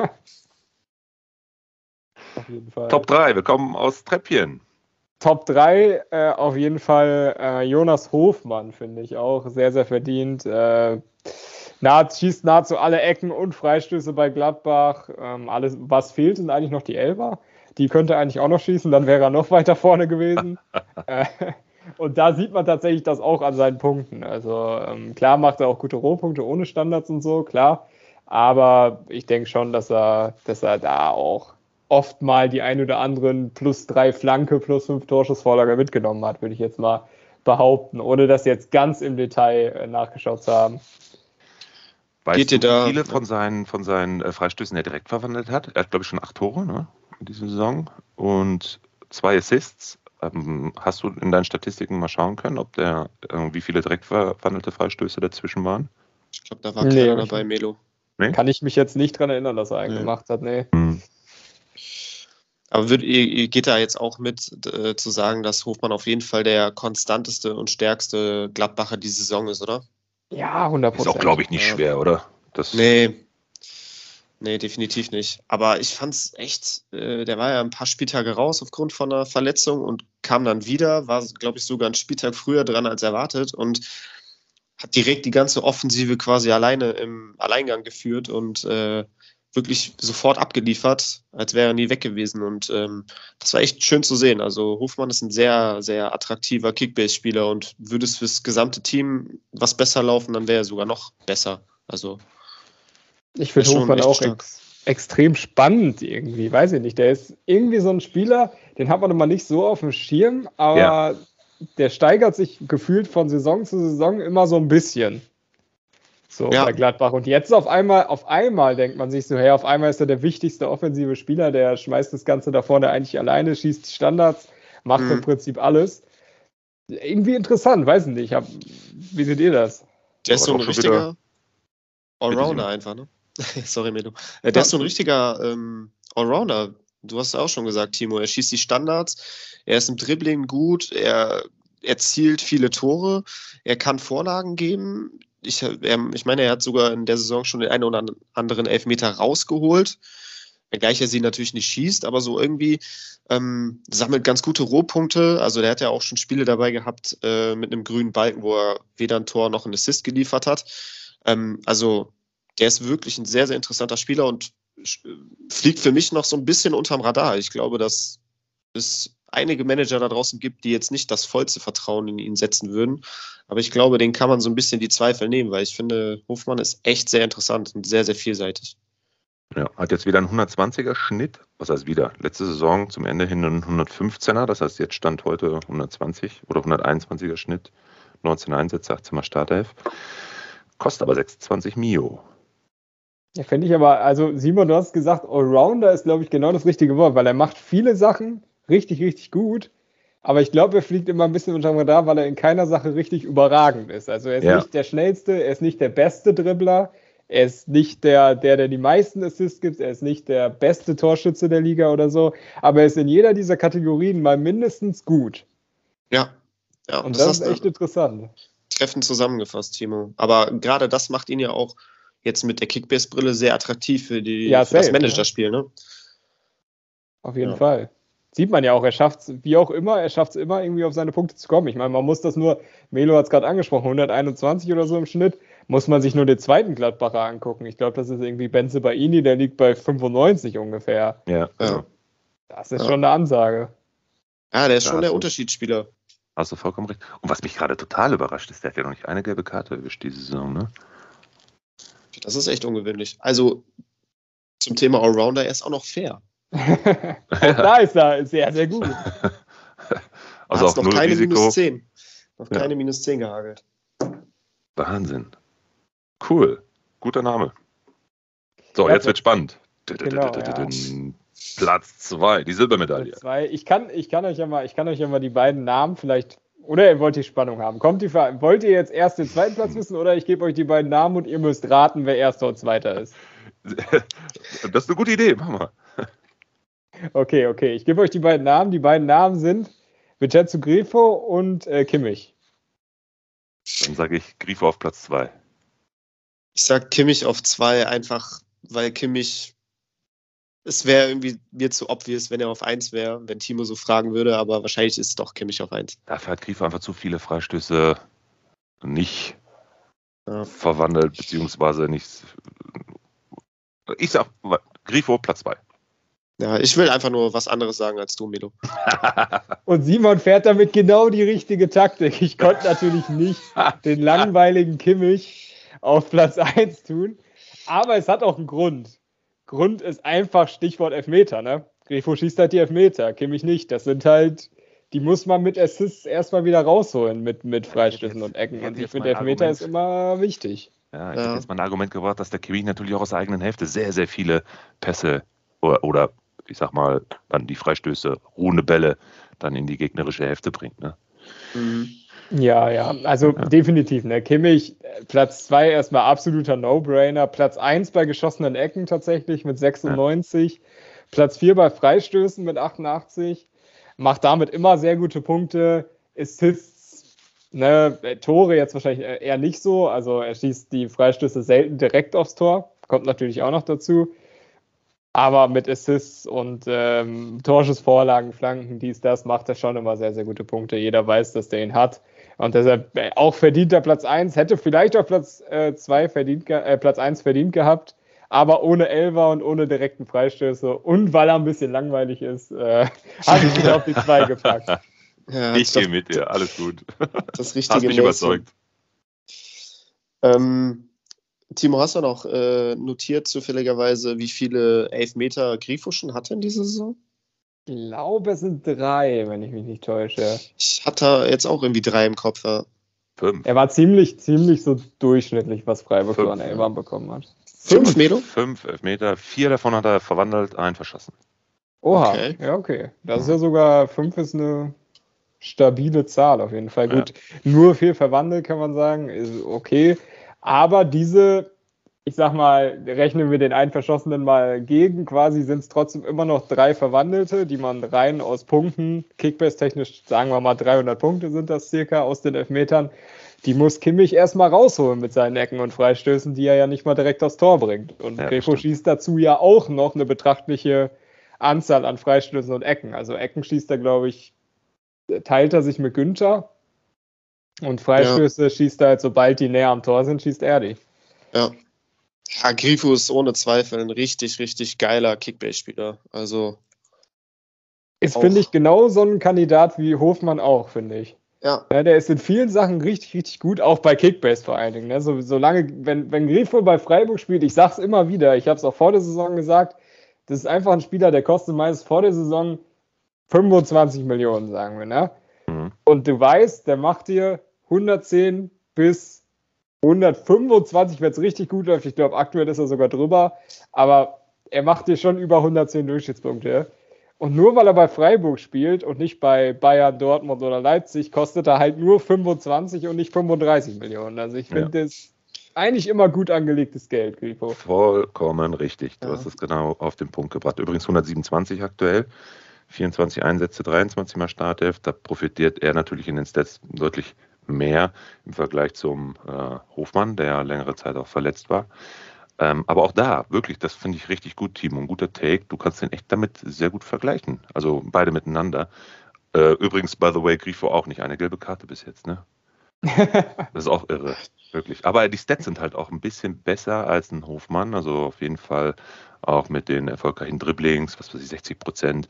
Auf jeden Fall. Top 3, wir kommen aus Treppchen. Top 3 auf jeden Fall Jonas Hofmann, finde ich auch. Sehr, sehr verdient. Schießt nahezu alle Ecken und Freistöße bei Gladbach. Alles, was fehlt, sind eigentlich noch die Elfer. Die könnte eigentlich auch noch schießen, dann wäre er noch weiter vorne gewesen. Und da sieht man tatsächlich das auch an seinen Punkten. Also klar macht er auch gute Rohpunkte ohne Standards und so, klar. Aber ich denke schon, dass er da auch oft mal die ein oder anderen +3 Flanke, +5 Torschussvorlage mitgenommen hat, würde ich jetzt mal behaupten, ohne das jetzt ganz im Detail nachgeschaut zu haben. Weißt du, wie viele von seinen Freistößen er direkt verwandelt hat? Er hat, glaube ich, schon 8 Tore, ne, in dieser Saison und 2 Assists. Hast du in deinen Statistiken mal schauen können, ob wie viele direkt verwandelte Freistöße dazwischen waren? Ich glaube, da war keiner dabei, Melo. Nee? Kann ich mich jetzt nicht dran erinnern, dass er einen gemacht hat, nee. Aber ihr geht da jetzt auch mit zu sagen, dass Hofmann auf jeden Fall der konstanteste und stärkste Gladbacher die Saison ist, oder? Ja, 100%. Ist auch, glaube ich, nicht schwer, oder? Nee, definitiv nicht. Aber ich fand's echt, der war ja ein paar Spieltage raus aufgrund von einer Verletzung und kam dann wieder, war, glaube ich, sogar einen Spieltag früher dran als erwartet und hat direkt die ganze Offensive quasi alleine im Alleingang geführt und wirklich sofort abgeliefert, als wäre er nie weg gewesen. Und das war echt schön zu sehen. Also Hofmann ist ein sehr, sehr attraktiver Kickbase-Spieler und würde es fürs gesamte Team was besser laufen, dann wäre er sogar noch besser. Also ich finde Hofmann auch extrem spannend irgendwie. Weiß ich nicht. Der ist irgendwie so ein Spieler, den hat man immer nicht so auf dem Schirm, aber der steigert sich gefühlt von Saison zu Saison immer so ein bisschen. So bei Gladbach. Und jetzt auf einmal denkt man sich so, hey, auf einmal ist er der wichtigste offensive Spieler, der schmeißt das Ganze da vorne eigentlich alleine, schießt Standards, macht im Prinzip alles. Irgendwie interessant, weiß ich nicht. Wie seht ihr das? Der ist so ein richtiger Allrounder einfach, ne? Sorry, Melo. Der ist so ein richtiger Allrounder. Du hast es auch schon gesagt, Timo. Er schießt die Standards, er ist im Dribbling gut, er erzielt viele Tore, er kann Vorlagen geben. Ich meine, er hat sogar in der Saison schon den einen oder anderen Elfmeter rausgeholt. Wenngleich er sie natürlich nicht schießt, aber so irgendwie sammelt ganz gute Rohpunkte. Also der hat ja auch schon Spiele dabei gehabt mit einem grünen Balken, wo er weder ein Tor noch einen Assist geliefert hat. Also der ist wirklich ein sehr, sehr interessanter Spieler und fliegt für mich noch so ein bisschen unterm Radar. Ich glaube, dass es einige Manager da draußen gibt, die jetzt nicht das vollste Vertrauen in ihn setzen würden. Aber ich glaube, den kann man so ein bisschen die Zweifel nehmen, weil ich finde, Hofmann ist echt sehr interessant und sehr, sehr vielseitig. Ja, hat jetzt wieder einen 120er Schnitt. Was heißt wieder? Letzte Saison zum Ende hin einen 115er. Das heißt, jetzt stand heute 120 oder 121er Schnitt. 19 Einsätze, 18 Mal Startelf. Kostet aber 26 Mio. Ja, finde ich aber, also Simon, du hast gesagt, Allrounder ist, glaube ich, genau das richtige Wort, weil er macht viele Sachen richtig, richtig gut. Aber ich glaube, er fliegt immer ein bisschen unterm Radar, weil er in keiner Sache richtig überragend ist. Also er ist nicht der Schnellste, er ist nicht der beste Dribbler, er ist nicht der die meisten Assists gibt, er ist nicht der beste Torschütze der Liga oder so, aber er ist in jeder dieser Kategorien mal mindestens gut. Ja. Und das ist echt interessant. Treffend zusammengefasst, Timo. Aber gerade das macht ihn ja auch jetzt mit der Kickbase-Brille sehr attraktiv für das Managerspiel, ne? Auf jeden Fall. Sieht man ja auch, er schafft es, wie auch immer, irgendwie auf seine Punkte zu kommen. Ich meine, man muss das nur, Melo hat es gerade angesprochen, 121 oder so im Schnitt, muss man sich nur den zweiten Gladbacher angucken. Ich glaube, das ist irgendwie Bensebaini, der liegt bei 95 ungefähr. Ja. Das ist schon eine Ansage. Ja, der ist schon der Unterschiedsspieler. Hast du vollkommen recht. Und was mich gerade total überrascht ist, der hat ja noch nicht eine gelbe Karte erwischt diese Saison, ne? Das ist echt ungewöhnlich. Also zum Thema Allrounder, er ist auch noch fair. Da ist er sehr, sehr gut. Also auf noch null keine Risiko. minus 10. Noch keine minus 10 gehagelt. Wahnsinn. Cool. Guter Name. So, jetzt wird spannend. Genau, Platz 2, die Silbermedaille. Ich kann euch ja mal die beiden Namen vielleicht, oder ihr wollt die Spannung haben. Wollt ihr jetzt erst den zweiten Platz wissen oder ich gebe euch die beiden Namen und ihr müsst raten, wer erster und zweiter ist? Das ist eine gute Idee, machen wir. Okay. Ich gebe euch die beiden Namen. Die beiden Namen sind Vincenzo Grifo und Kimmich. Dann sage ich Grifo auf Platz 2. Ich sage Kimmich auf 2, einfach weil Kimmich, es wäre irgendwie mir zu obvious, wenn er auf 1 wäre, wenn Timo so fragen würde, aber wahrscheinlich ist es doch Kimmich auf 1. Dafür hat Grifo einfach zu viele Freistöße nicht verwandelt, beziehungsweise nicht. Ich sag Grifo Platz 2. Ja, ich will einfach nur was anderes sagen als du, Melo. Und Simon fährt damit genau die richtige Taktik. Ich konnte natürlich nicht den langweiligen Kimmich auf Platz 1 tun, aber es hat auch einen Grund. Grund ist einfach Stichwort Elfmeter, ne? Grifo schießt halt die Elfmeter, Kimmich nicht. Das sind halt, die muss man mit Assists erstmal wieder rausholen, mit Freistößen und Ecken. Und ich finde, Elfmeter ist immer wichtig. Ja, ich hätte jetzt mal ein Argument gebracht, dass der Kimmich natürlich auch aus der eigenen Hälfte sehr, sehr viele Pässe oder ich sag mal, dann die Freistöße, ruhende Bälle dann in die gegnerische Hälfte bringt. Ne? Ja, also definitiv. Ne? Kimmich, Platz 2 erstmal absoluter No-Brainer. Platz 1 bei geschossenen Ecken tatsächlich mit 96. Platz 4 bei Freistößen mit 88. Macht damit immer sehr gute Punkte. Assists, ne? Tore jetzt wahrscheinlich eher nicht so. Also er schießt die Freistöße selten direkt aufs Tor. Kommt natürlich auch noch dazu. Aber mit Assists und Torschussvorlagen, Flanken, das macht er schon immer sehr, sehr gute Punkte. Jeder weiß, dass der ihn hat. Und deshalb auch verdienter Platz 1, hätte vielleicht auch Platz 1 verdient gehabt, aber ohne Elfer und ohne direkten Freistöße und weil er ein bisschen langweilig ist, habe ich ihn auf die 2 gepackt. Ja, Ich gehe mit dir, alles gut. Das richtige Hast mich überzeugt. Timo, hast du noch notiert zufälligerweise, wie viele Elfmeter Grifo schon hatte in dieser Saison? Ich glaube, es sind 3, wenn ich mich nicht täusche. Ich hatte jetzt auch irgendwie 3 im Kopf. Ja. 5. Er war ziemlich so durchschnittlich, was Freiburg so an 5, Elfern bekommen hat. 5 Melo? 5 Elfmeter, 4 davon hat er verwandelt, 1 verschossen. Oha, Okay. ja, okay. Das ist ja sogar, 5 ist eine stabile Zahl auf jeden Fall. Gut, nur 4 verwandelt, kann man sagen, ist okay. Aber diese, ich sag mal, rechnen wir den einen Verschossenen mal gegen, quasi sind es trotzdem immer noch 3 Verwandelte, die man rein aus Punkten, Kickbase-technisch, sagen wir mal 300 Punkte sind das circa aus den Elfmetern, die muss Kimmich erstmal rausholen mit seinen Ecken und Freistößen, die er ja nicht mal direkt aufs Tor bringt. Und Ja, Grifo schießt dazu ja auch noch eine betrachtliche Anzahl an Freistößen und Ecken. Also Ecken schießt er, glaube ich, teilt er sich mit Günther und Freistöße schießt er halt, sobald die näher am Tor sind, schießt er die. Ja. Ja, Grifo ist ohne Zweifel ein richtig, richtig geiler Kickbase-Spieler. Also ist, finde ich, genau so ein Kandidat wie Hofmann auch, finde ich. Ja. Ja, der ist in vielen Sachen richtig, richtig gut, auch bei Kickbase vor allen Dingen. Ne? Solange, wenn Grifo bei Freiburg spielt, ich sag's immer wieder, ich habe es auch vor der Saison gesagt, das ist einfach ein Spieler, der kostet meist vor der Saison 25 Millionen, sagen wir. Ne? Mhm. Und du weißt, der macht dir 110 bis 125, wenn es richtig gut läuft. Ich glaube, aktuell ist er sogar drüber. Aber er macht dir schon über 110 Durchschnittspunkte. Und nur weil er bei Freiburg spielt und nicht bei Bayern, Dortmund oder Leipzig, kostet er halt nur 25 und nicht 35 Millionen. Also ich finde das eigentlich immer gut angelegtes Geld, Grifo. Vollkommen richtig. Du hast es genau auf den Punkt gebracht. Übrigens 127 aktuell. 24 Einsätze, 23 Mal Startelf. Da profitiert er natürlich in den Stats deutlich mehr im Vergleich zum Hofmann, der längere Zeit auch verletzt war. Aber auch da, wirklich, das finde ich richtig gut, Timo. Ein guter Take. Du kannst den echt damit sehr gut vergleichen. Also beide miteinander. Übrigens, by the way, Grifo auch nicht eine gelbe Karte bis jetzt, ne? Das ist auch irre, wirklich. Aber die Stats sind halt auch ein bisschen besser als ein Hofmann. Also auf jeden Fall auch mit den erfolgreichen Dribblings, was weiß ich, 60%,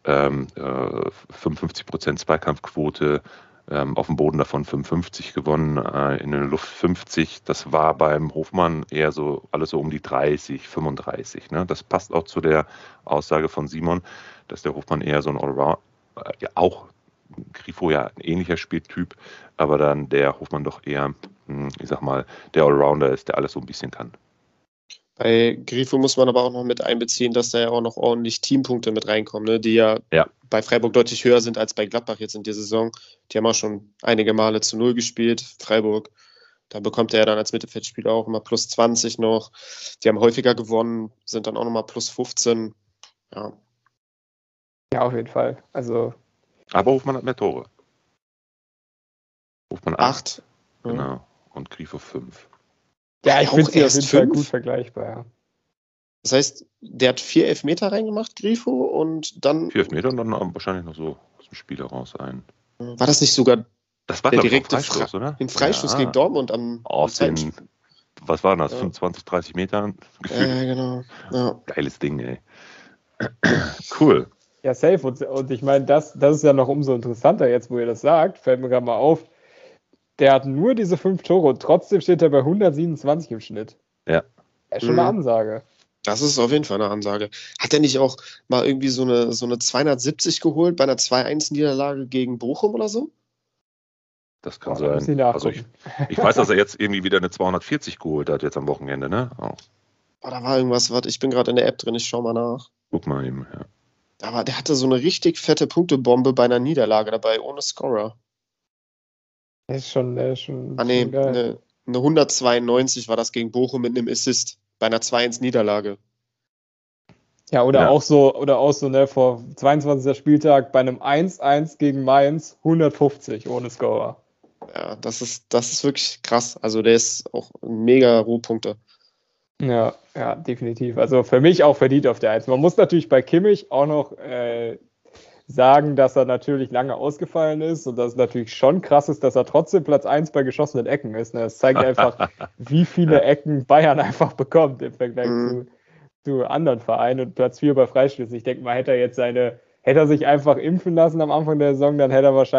55% Zweikampfquote, auf dem Boden davon 55 gewonnen, in der Luft 50. Das war beim Hofmann eher so alles so um die 30, 35. Ne? Das passt auch zu der Aussage von Simon, dass der Hofmann eher so ein Allround, auch Grifo ja ein ähnlicher Spieltyp, aber dann der Hofmann doch eher, ich sag mal, der Allrounder ist, der alles so ein bisschen kann. Bei Grifo muss man aber auch noch mit einbeziehen, dass da ja auch noch ordentlich Teampunkte mit reinkommen, ne? Die ja bei Freiburg deutlich höher sind als bei Gladbach jetzt in der Saison. Die haben auch schon einige Male zu 0 gespielt, Freiburg. Da bekommt er ja dann als Mittelfeldspieler auch immer plus 20 noch. Die haben häufiger gewonnen, sind dann auch nochmal plus 15. Ja. Ja, auf jeden Fall. Also. Aber Hofmann hat mehr Tore. Hofmann 8. Genau. Und Grifo 5. Ja, ich finde es erst auf jeden Fall 5. gut vergleichbar. Ja. Das heißt, der hat 4 Elfmeter reingemacht, Grifo, und dann... 4 Elfmeter und dann wahrscheinlich noch so aus dem Spiel heraus ein. War das nicht sogar das war, der direkte Freistoß, oder? Den Freistoß gegen Dortmund aus den, was waren das, 25, 30 Metern? Ja, genau. Ja. Geiles Ding, ey. Cool. Ja, safe. Und ich meine, das ist ja noch umso interessanter jetzt, wo ihr das sagt. Fällt mir gerade mal auf. Der hat nur diese 5 Tore und trotzdem steht er bei 127 im Schnitt. Ja. Das ist schon eine Ansage. Das ist auf jeden Fall eine Ansage. Hat er nicht auch mal irgendwie so eine 270 geholt bei einer 2-1-Niederlage gegen Bochum oder so? Das kann sein. Also ich weiß, dass er jetzt irgendwie wieder eine 240 geholt hat, jetzt am Wochenende, ne? Auch. Oh, da war irgendwas, warte, ich bin gerade in der App drin, ich schau mal nach. Guck mal eben, ja. Aber der hatte so eine richtig fette Punktebombe bei einer Niederlage dabei, ohne Scorer. Das ist schon eine geil. 192 war das gegen Bochum mit einem Assist bei einer 2-1-Niederlage. Ja, oder auch so, ne, vor 22. Spieltag bei einem 1-1 gegen Mainz 150 ohne Scorer. Ja, das ist wirklich krass. Also der ist auch ein mega Rohpunkter. Ja, definitiv. Also für mich auch verdient auf der 1. Man muss natürlich bei Kimmich auch noch sagen, dass er natürlich lange ausgefallen ist und dass es natürlich schon krass ist, dass er trotzdem Platz 1 bei geschossenen Ecken ist. Ne? Das zeigt einfach, wie viele Ecken Bayern einfach bekommt im Vergleich zu anderen Vereinen und Platz 4 bei Freistößen. Ich denke mal, hätte er sich einfach impfen lassen am Anfang der Saison, dann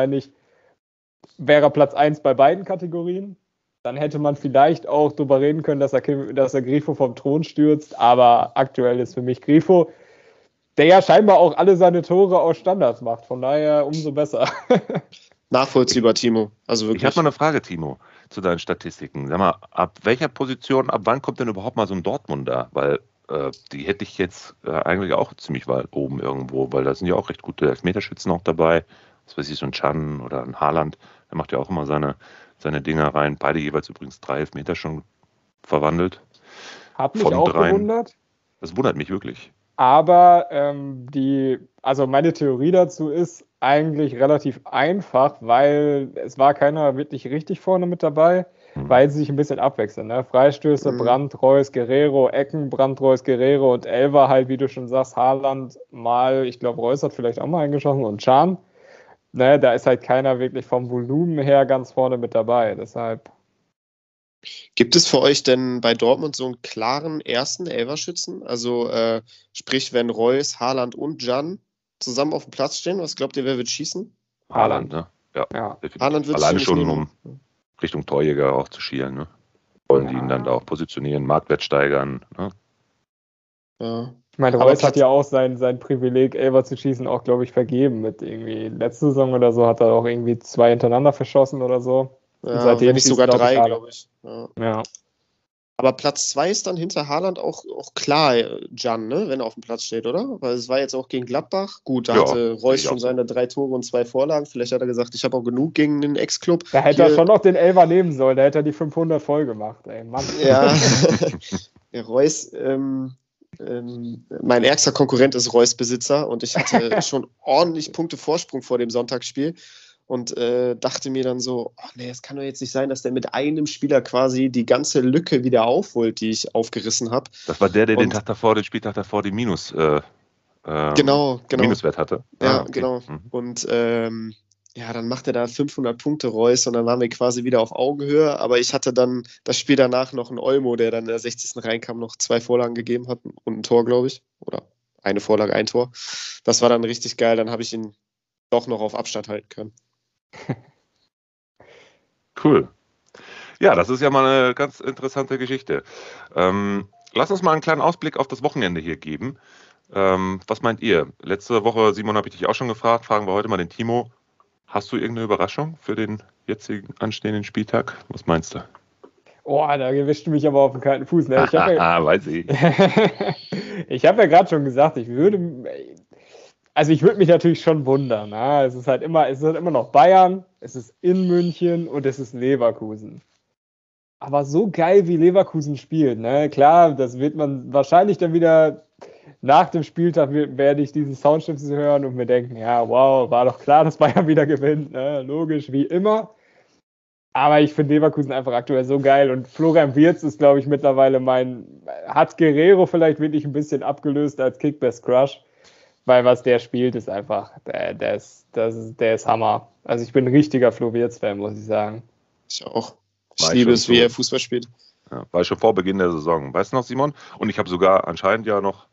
wäre er Platz 1 bei beiden Kategorien. Dann hätte man vielleicht auch darüber reden können, dass er Grifo vom Thron stürzt, aber aktuell ist für mich Grifo, der ja scheinbar auch alle seine Tore aus Standards macht, von daher umso besser. Nachvollziehbar, Timo. Also wirklich. Ich habe mal eine Frage, Timo, zu deinen Statistiken. Sag mal, ab welcher Position, ab wann kommt denn überhaupt mal so ein Dortmunder? Weil die hätte ich jetzt eigentlich auch ziemlich weit oben irgendwo, weil da sind ja auch recht gute Elfmeterschützen auch dabei. Was weiß ich, so ein Can oder ein Haaland, der macht ja auch immer seine Dinger rein. Beide jeweils übrigens 3 Elfmeter schon verwandelt. Hat mich auch gewundert. Das wundert mich wirklich. Aber also meine Theorie dazu ist eigentlich relativ einfach, weil es war keiner wirklich richtig vorne mit dabei, weil sie sich ein bisschen abwechseln. Ne? Freistöße, Brandt, Reus, Guerrero, Ecken, Brandt, Reus, Guerrero und Elfer halt, wie du schon sagst, Haaland mal, ich glaube Reus hat vielleicht auch mal eingeschossen und Can. Ne, da ist halt keiner wirklich vom Volumen her ganz vorne mit dabei, deshalb. Gibt es für euch denn bei Dortmund so einen klaren ersten Elferschützen? Also sprich, wenn Reus, Haaland und Can zusammen auf dem Platz stehen, was glaubt ihr, wer wird schießen? Haaland, ne? Ja. Haaland wird alleine schon, um Richtung Torjäger auch zu schielen, ne? Wollen die ihn dann da auch positionieren, Marktwert steigern, ne? Ja. Ich meine, Reus hat ja auch sein Privileg, Elfer zu schießen, auch, glaube ich, vergeben. Mit irgendwie letzte Saison oder so hat er auch irgendwie 2 hintereinander verschossen oder so. Ja, seitdem wenn nicht sogar 3, glaube ich. Ja. Aber Platz 2 ist dann hinter Haaland auch klar Can, ne? Wenn er auf dem Platz steht, oder? Weil es war jetzt auch gegen Gladbach. Gut, da hatte Reus schon seine 3 Tore und 2 Vorlagen. Vielleicht hat er gesagt, ich habe auch genug gegen den Ex-Club. Da hätte er schon noch den Elfer nehmen sollen. Da hätte er die 500 voll gemacht, ey, Mann. Ja, Reus, mein ärgster Konkurrent ist Reus-Besitzer und ich hatte schon ordentlich Punkte Vorsprung vor dem Sonntagsspiel und dachte mir dann so, es kann doch jetzt nicht sein, dass der mit einem Spieler quasi die ganze Lücke wieder aufholt, die ich aufgerissen habe. Das war der den Spieltag davor die Minuswert hatte. Ja, okay. Genau. Und dann macht er da 500 Punkte Reus und dann waren wir quasi wieder auf Augenhöhe, aber ich hatte dann das Spiel danach noch einen Olmo, der dann in der 60. reinkam, noch 2 Vorlagen gegeben hat und ein Tor, glaube ich, oder eine Vorlage, ein Tor. Das war dann richtig geil, dann habe ich ihn doch noch auf Abstand halten können. Cool. Ja, das ist ja mal eine ganz interessante Geschichte. Lass uns mal einen kleinen Ausblick auf das Wochenende hier geben. Was meint ihr? Letzte Woche, Simon, habe ich dich auch schon gefragt, fragen wir heute mal den Timo. Hast du irgendeine Überraschung für den jetzigen anstehenden Spieltag? Was meinst du? Oh, da gewischt du mich aber auf den kalten Fuß. Ne? Weiß ich. Ich habe ja gerade schon gesagt, ich würde mich natürlich schon wundern. Ne? Es ist halt immer noch Bayern, es ist in München und es ist Leverkusen. Aber so geil wie Leverkusen spielt, ne? Klar, das wird man wahrscheinlich dann wieder nach dem Spieltag werde ich diesen Soundschnipsel hören und mir denken, ja, wow, war doch klar, dass Bayern wieder gewinnt, ne? Logisch, wie immer. Aber ich finde Leverkusen einfach aktuell so geil und Florian Wirtz ist, glaube ich, mittlerweile hat Guerrero vielleicht wirklich ein bisschen abgelöst als Kick-Best-Crush, weil was der spielt, ist einfach, der ist Hammer. Also ich bin ein richtiger Flo Wirtz-Fan, muss ich sagen. Ich auch. Ich liebe es, wie er Fußball spielt. Ja, war schon vor Beginn der Saison. Weißt du noch, Simon? Und ich habe sogar anscheinend ja noch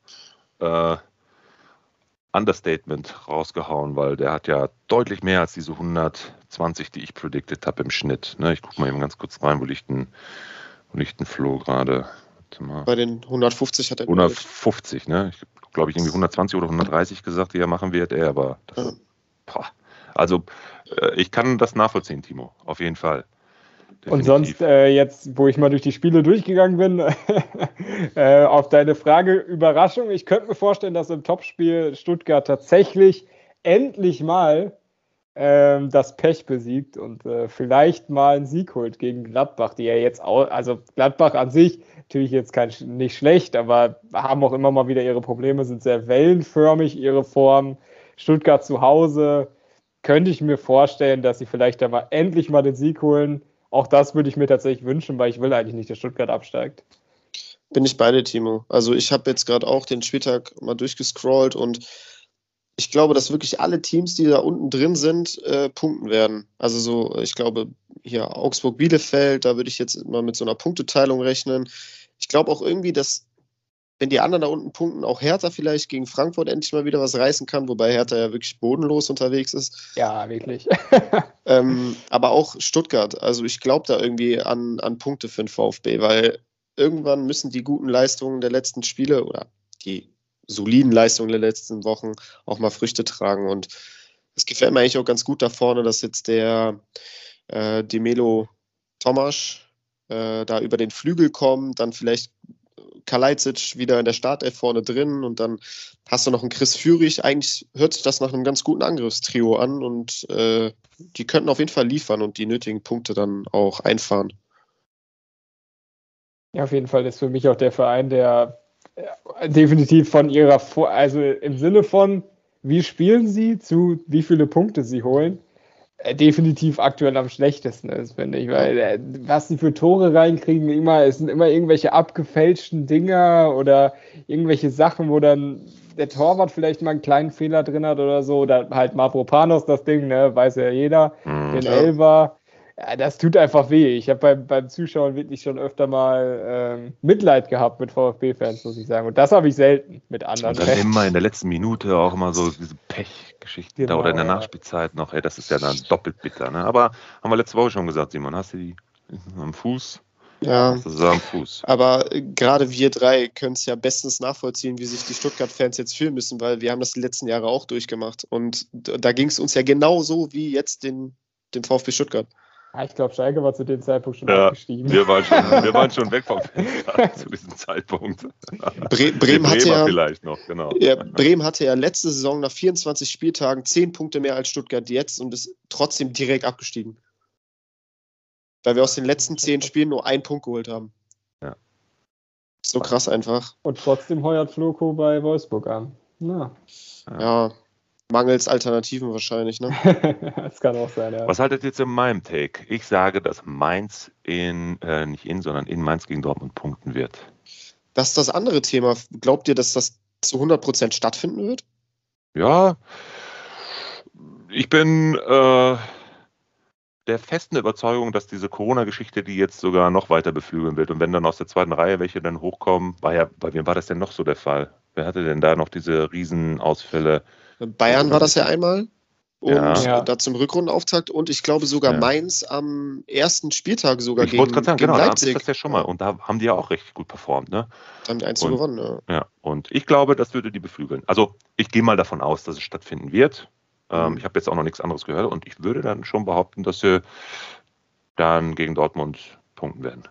Understatement rausgehauen, weil der hat ja deutlich mehr als diese 120, die ich predicted habe im Schnitt. Ne, ich gucke mal eben ganz kurz rein, wo liegt ein Flo gerade? Bei den 150 hat er 150, ne? Ich glaube, irgendwie 120 oder 130 gesagt, die er machen wird, aber also ich kann das nachvollziehen, Timo, auf jeden Fall. Definitiv. Und sonst jetzt, wo ich mal durch die Spiele durchgegangen bin, auf deine Frage, Überraschung, ich könnte mir vorstellen, dass im Topspiel Stuttgart tatsächlich endlich mal das Pech besiegt und vielleicht mal einen Sieg holt gegen Gladbach, die ja jetzt auch, also Gladbach an sich natürlich jetzt nicht schlecht, aber haben auch immer mal wieder ihre Probleme, sind sehr wellenförmig, ihre Form. Stuttgart zu Hause, könnte ich mir vorstellen, dass sie vielleicht dann mal endlich mal den Sieg holen. Auch das würde ich mir tatsächlich wünschen, weil ich will eigentlich nicht, dass Stuttgart absteigt. Bin ich bei dir, Timo. Also ich habe jetzt gerade auch den Spieltag mal durchgescrollt und ich glaube, dass wirklich alle Teams, die da unten drin sind, punkten werden. Also so, ich glaube, hier Augsburg-Bielefeld, da würde ich jetzt mal mit so einer Punkteteilung rechnen. Ich glaube auch irgendwie, dass, wenn die anderen da unten punkten, auch Hertha vielleicht gegen Frankfurt endlich mal wieder was reißen kann, wobei Hertha ja wirklich bodenlos unterwegs ist. Ja, wirklich. Aber auch Stuttgart. Also ich glaube da irgendwie an Punkte für den VfB, weil irgendwann müssen die guten Leistungen der letzten Spiele oder die soliden Leistungen der letzten Wochen auch mal Früchte tragen. Und es gefällt mir eigentlich auch ganz gut da vorne, dass jetzt der Demelo Tomasch da über den Flügel kommt, dann vielleicht Kalajdzic wieder in der Startelf vorne drin und dann hast du noch einen Chris Führig. Eigentlich hört sich das nach einem ganz guten Angriffstrio an und die könnten auf jeden Fall liefern und die nötigen Punkte dann auch einfahren. Ja, auf jeden Fall ist für mich auch der Verein, der definitiv von ihrer, also im Sinne von, wie spielen sie zu wie viele Punkte sie holen, definitiv aktuell am schlechtesten ist, finde ich, weil was sie für Tore reinkriegen, es sind immer irgendwelche abgefälschten Dinger oder irgendwelche Sachen, wo dann der Torwart vielleicht mal einen kleinen Fehler drin hat oder so, oder halt Mavropanos das Ding, ne, weiß ja jeder, den Elfer. Ja, das tut einfach weh. Ich habe beim Zuschauen wirklich schon öfter mal Mitleid gehabt mit VfB-Fans, muss ich sagen. Und das habe ich selten mit anderen. Und dann immer in der letzten Minute auch immer so diese Pechgeschichten da oder in der Nachspielzeit noch. Ey, das ist ja dann doppelt bitter. Ne? Aber haben wir letzte Woche schon gesagt, Simon, hast du die am Fuß? Ja, das ist am Fuß. Aber gerade wir drei können es ja bestens nachvollziehen, wie sich die Stuttgart-Fans jetzt fühlen müssen, weil wir haben das die letzten Jahre auch durchgemacht. Und da ging es uns ja genauso wie jetzt dem VfB Stuttgart. Ich glaube, Schalke war zu dem Zeitpunkt schon abgestiegen. Wir waren schon weg vom Fenster zu diesem Zeitpunkt. Bremen hatte ja vielleicht noch, genau. Ja, Bremen hatte ja letzte Saison nach 24 Spieltagen 10 Punkte mehr als Stuttgart jetzt und ist trotzdem direkt abgestiegen. Weil wir aus den letzten 10 Spielen nur 1 Punkt geholt haben. Ja. So krass einfach. Und trotzdem heuert Floko bei Wolfsburg an. Ja, mangels Alternativen wahrscheinlich, ne? Das kann auch sein, ja. Was haltet ihr jetzt in meinem Take? Ich sage, dass Mainz sondern in Mainz gegen Dortmund punkten wird. Das ist das andere Thema. Glaubt ihr, dass das zu 100% stattfinden wird? Ja, ich bin der festen Überzeugung, dass diese Corona-Geschichte die jetzt sogar noch weiter beflügeln wird. Und wenn dann aus der zweiten Reihe welche dann hochkommen, bei wem war das denn noch so der Fall? Wer hatte denn da noch diese Riesenausfälle? Bayern war das ja einmal. Und Ja. da zum Rückrundenauftakt und ich glaube sogar Mainz am ersten Spieltag sogar ich wollte gerade sagen, genau, Leipzig. Da ist das ja schon mal. Und da haben die ja auch recht gut performt, ne? Da haben die 1 gewonnen, ja. Ja, und ich glaube, das würde die beflügeln. Also ich gehe mal davon aus, dass es stattfinden wird. Ich habe jetzt auch noch nichts anderes gehört und ich würde dann schon behaupten, dass sie dann gegen Dortmund punkten werden.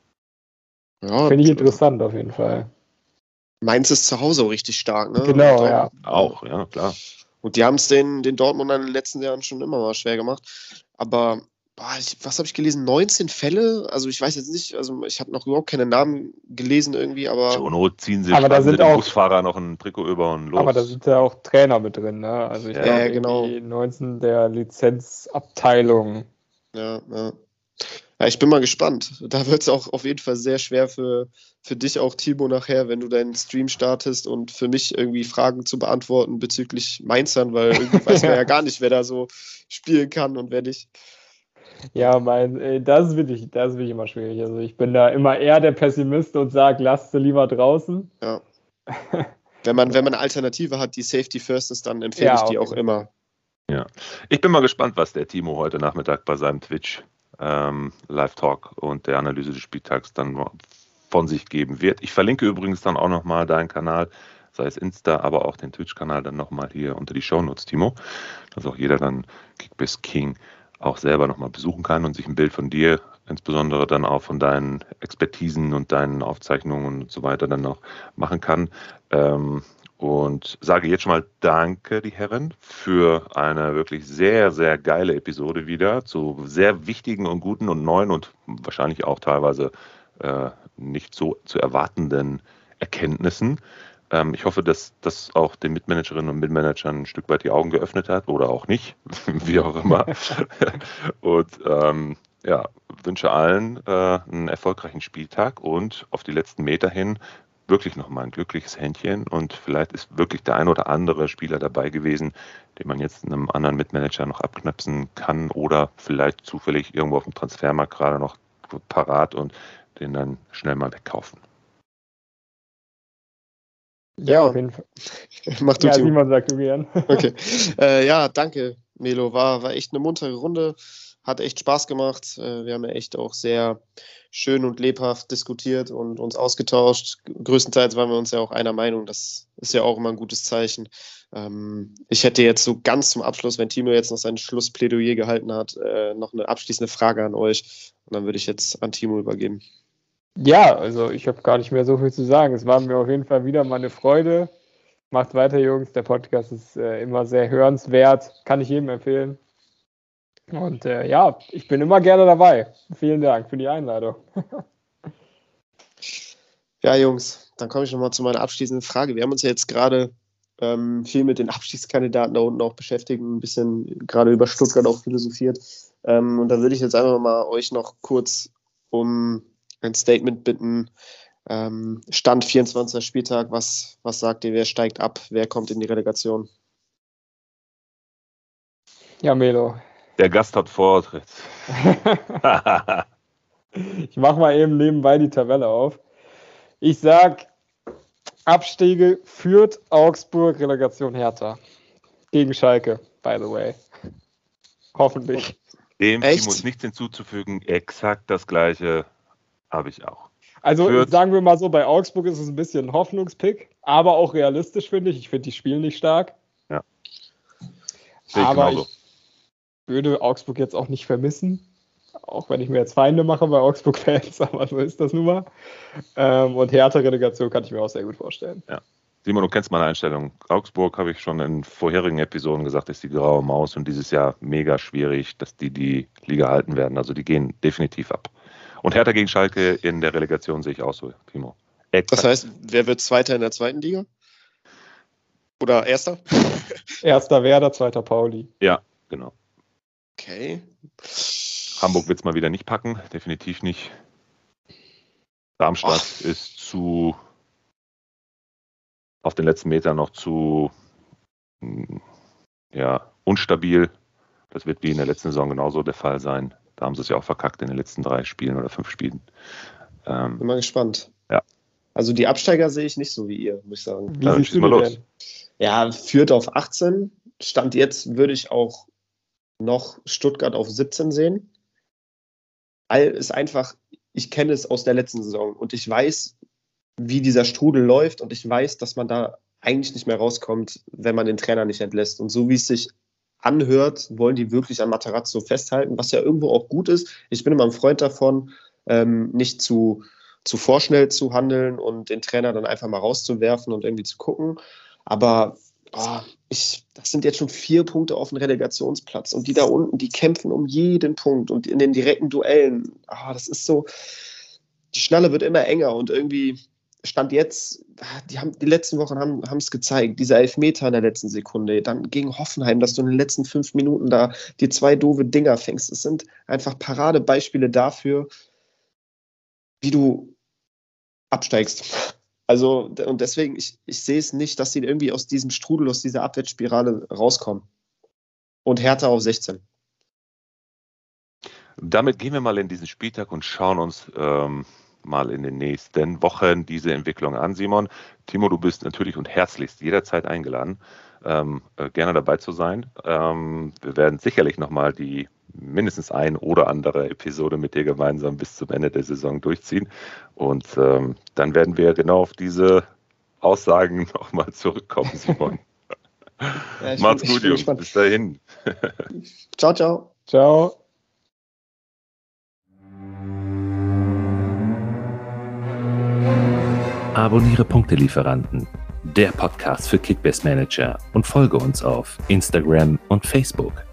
Ja, finde ich interessant auf jeden Fall. Mainz ist zu Hause auch richtig stark, ne? Genau, ja. Auch, ja, klar. Und die haben es den Dortmundern in den letzten Jahren schon immer mal schwer gemacht. Aber, was habe ich gelesen? 19 Fälle? Also ich weiß jetzt nicht, also ich habe noch überhaupt keine Namen gelesen irgendwie, aber... Zur Not ziehen sie, aber da sind den Busfahrer noch ein Trikot über und los. Aber da sind ja auch Trainer mit drin, ne? Also ich glaube, genau. 19 der Lizenzabteilung. Ja. Ja, ich bin mal gespannt. Da wird es auch auf jeden Fall sehr schwer für dich auch, Timo, nachher, wenn du deinen Stream startest und für mich irgendwie Fragen zu beantworten bezüglich Mainzern, weil irgendwie weiß man ja gar nicht, wer da so spielen kann und wer nicht. Ja, das ist wirklich immer schwierig. Also ich bin da immer eher der Pessimist und sage, lasst sie lieber draußen. Ja. Wenn man eine Alternative hat, die Safety First ist, dann empfehle ich die auch immer. Ja. Ich bin mal gespannt, was der Timo heute Nachmittag bei seinem Twitch Live-Talk und der Analyse des Spieltags dann von sich geben wird. Ich verlinke übrigens dann auch nochmal deinen Kanal, sei es Insta, aber auch den Twitch-Kanal dann nochmal hier unter die Shownotes, Timo, dass auch jeder dann Kickbiss King auch selber nochmal besuchen kann und sich ein Bild von dir, insbesondere dann auch von deinen Expertisen und deinen Aufzeichnungen und so weiter dann noch machen kann. Und sage jetzt schon mal Danke, die Herren, für eine wirklich sehr, sehr geile Episode wieder zu sehr wichtigen und guten und neuen und wahrscheinlich auch teilweise nicht so zu erwartenden Erkenntnissen. Ich hoffe, dass das auch den Mitmanagerinnen und Mitmanagern ein Stück weit die Augen geöffnet hat oder auch nicht, wie auch immer. Und wünsche allen einen erfolgreichen Spieltag und auf die letzten Meter hin wirklich nochmal ein glückliches Händchen und vielleicht ist wirklich der ein oder andere Spieler dabei gewesen, den man jetzt einem anderen Mitmanager noch abknapsen kann oder vielleicht zufällig irgendwo auf dem Transfermarkt gerade noch parat und den dann schnell mal wegkaufen. Ja, auf jeden Fall. Mach du, Ja, Timo. Simon sagt du gern. Okay. Ja, danke, Melo. War echt eine muntere Runde. Hat echt Spaß gemacht. Wir haben ja echt auch sehr schön und lebhaft diskutiert und uns ausgetauscht. Größtenteils waren wir uns ja auch einer Meinung. Das ist ja auch immer ein gutes Zeichen. Ich hätte jetzt so ganz zum Abschluss, wenn Timo jetzt noch sein Schlussplädoyer gehalten hat, noch eine abschließende Frage an euch. Und dann würde ich jetzt an Timo übergeben. Ja, also ich habe gar nicht mehr so viel zu sagen. Es war mir auf jeden Fall wieder mal eine Freude. Macht weiter, Jungs. Der Podcast ist immer sehr hörenswert. Kann ich jedem empfehlen. Und ja, ich bin immer gerne dabei. Vielen Dank für die Einladung. Ja, Jungs, dann komme ich nochmal zu meiner abschließenden Frage. Wir haben uns ja jetzt gerade viel mit den Abstiegskandidaten da unten auch beschäftigt, ein bisschen gerade über Stuttgart auch philosophiert. Und da würde ich jetzt einfach mal euch noch kurz um ein Statement bitten. Stand 24. Spieltag, was sagt ihr, wer steigt ab, wer kommt in die Relegation? Ja, Melo. Der Gast hat Vortritt. Ich mache mal eben nebenbei die Tabelle auf. Ich sag Abstiege Fürth, Augsburg, Relegation Hertha. Gegen Schalke, by the way. Hoffentlich. Dem Echt? Timo ist nichts hinzuzufügen. Exakt das Gleiche habe ich auch. Also Fürth. sagen wir mal so, bei Augsburg ist es ein bisschen ein Hoffnungspick, aber auch realistisch, finde ich. Ich finde, die spielen nicht stark. Ja. Sehe ich Aber genauso. ich würde Augsburg jetzt auch nicht vermissen. Auch wenn ich mir jetzt Feinde mache bei Augsburg-Fans, aber so ist das nun mal. Und Hertha-Relegation kann ich mir auch sehr gut vorstellen. Ja. Simon, du kennst meine Einstellung. Augsburg, habe ich schon in vorherigen Episoden gesagt, ist die graue Maus und dieses Jahr mega schwierig, dass die Liga halten werden. Also die gehen definitiv ab. Und Hertha gegen Schalke in der Relegation sehe ich auch so, Timo. Das heißt, wer wird Zweiter in der zweiten Liga? Oder Erster? Erster Werder, zweiter Pauli. Ja, genau. Okay. Hamburg wird es mal wieder nicht packen, definitiv nicht. Darmstadt ist auf den letzten Metern noch zu unstabil. Das wird wie in der letzten Saison genauso der Fall sein. Da haben sie es ja auch verkackt in den letzten 3 Spielen oder 5 Spielen. Bin mal gespannt. Ja. Also die Absteiger sehe ich nicht so wie ihr, muss ich sagen. Wie siehst du mal die los. denn? Ja, Fürth auf 18. Stand jetzt würde ich auch noch Stuttgart auf 17 sehen. Weil es einfach, ich kenne es aus der letzten Saison und ich weiß, wie dieser Strudel läuft und ich weiß, dass man da eigentlich nicht mehr rauskommt, wenn man den Trainer nicht entlässt. Und so wie es sich anhört, wollen die wirklich an Matarazzo festhalten, was ja irgendwo auch gut ist. Ich bin immer ein Freund davon, nicht zu vorschnell zu handeln und den Trainer dann einfach mal rauszuwerfen und irgendwie zu gucken. Aber das sind jetzt schon 4 Punkte auf dem Relegationsplatz und die da unten, die kämpfen um jeden Punkt und in den direkten Duellen, das ist so, die Schnalle wird immer enger und irgendwie Stand jetzt, die letzten Wochen haben es gezeigt, dieser Elfmeter in der letzten Sekunde, dann gegen Hoffenheim, dass du in den letzten 5 Minuten da die 2 doofe Dinger fängst, das sind einfach Paradebeispiele dafür, wie du absteigst. Also, und deswegen, ich sehe es nicht, dass sie irgendwie aus diesem Strudel, aus dieser Abwärtsspirale rauskommen. Und Hertha auf 16. Damit gehen wir mal in diesen Spieltag und schauen uns mal in den nächsten Wochen diese Entwicklung an. Simon, Timo, du bist natürlich und herzlichst jederzeit eingeladen, gerne dabei zu sein. Wir werden sicherlich nochmal die mindestens ein oder andere Episode mit dir gemeinsam bis zum Ende der Saison durchziehen. Und dann werden wir genau auf diese Aussagen nochmal zurückkommen, Simon. Ja, Macht's gut, Jungs. Bis dahin. Ciao, ciao. Ciao. Abonniere Punktelieferanten, der Podcast für Kickbase Manager und folge uns auf Instagram und Facebook.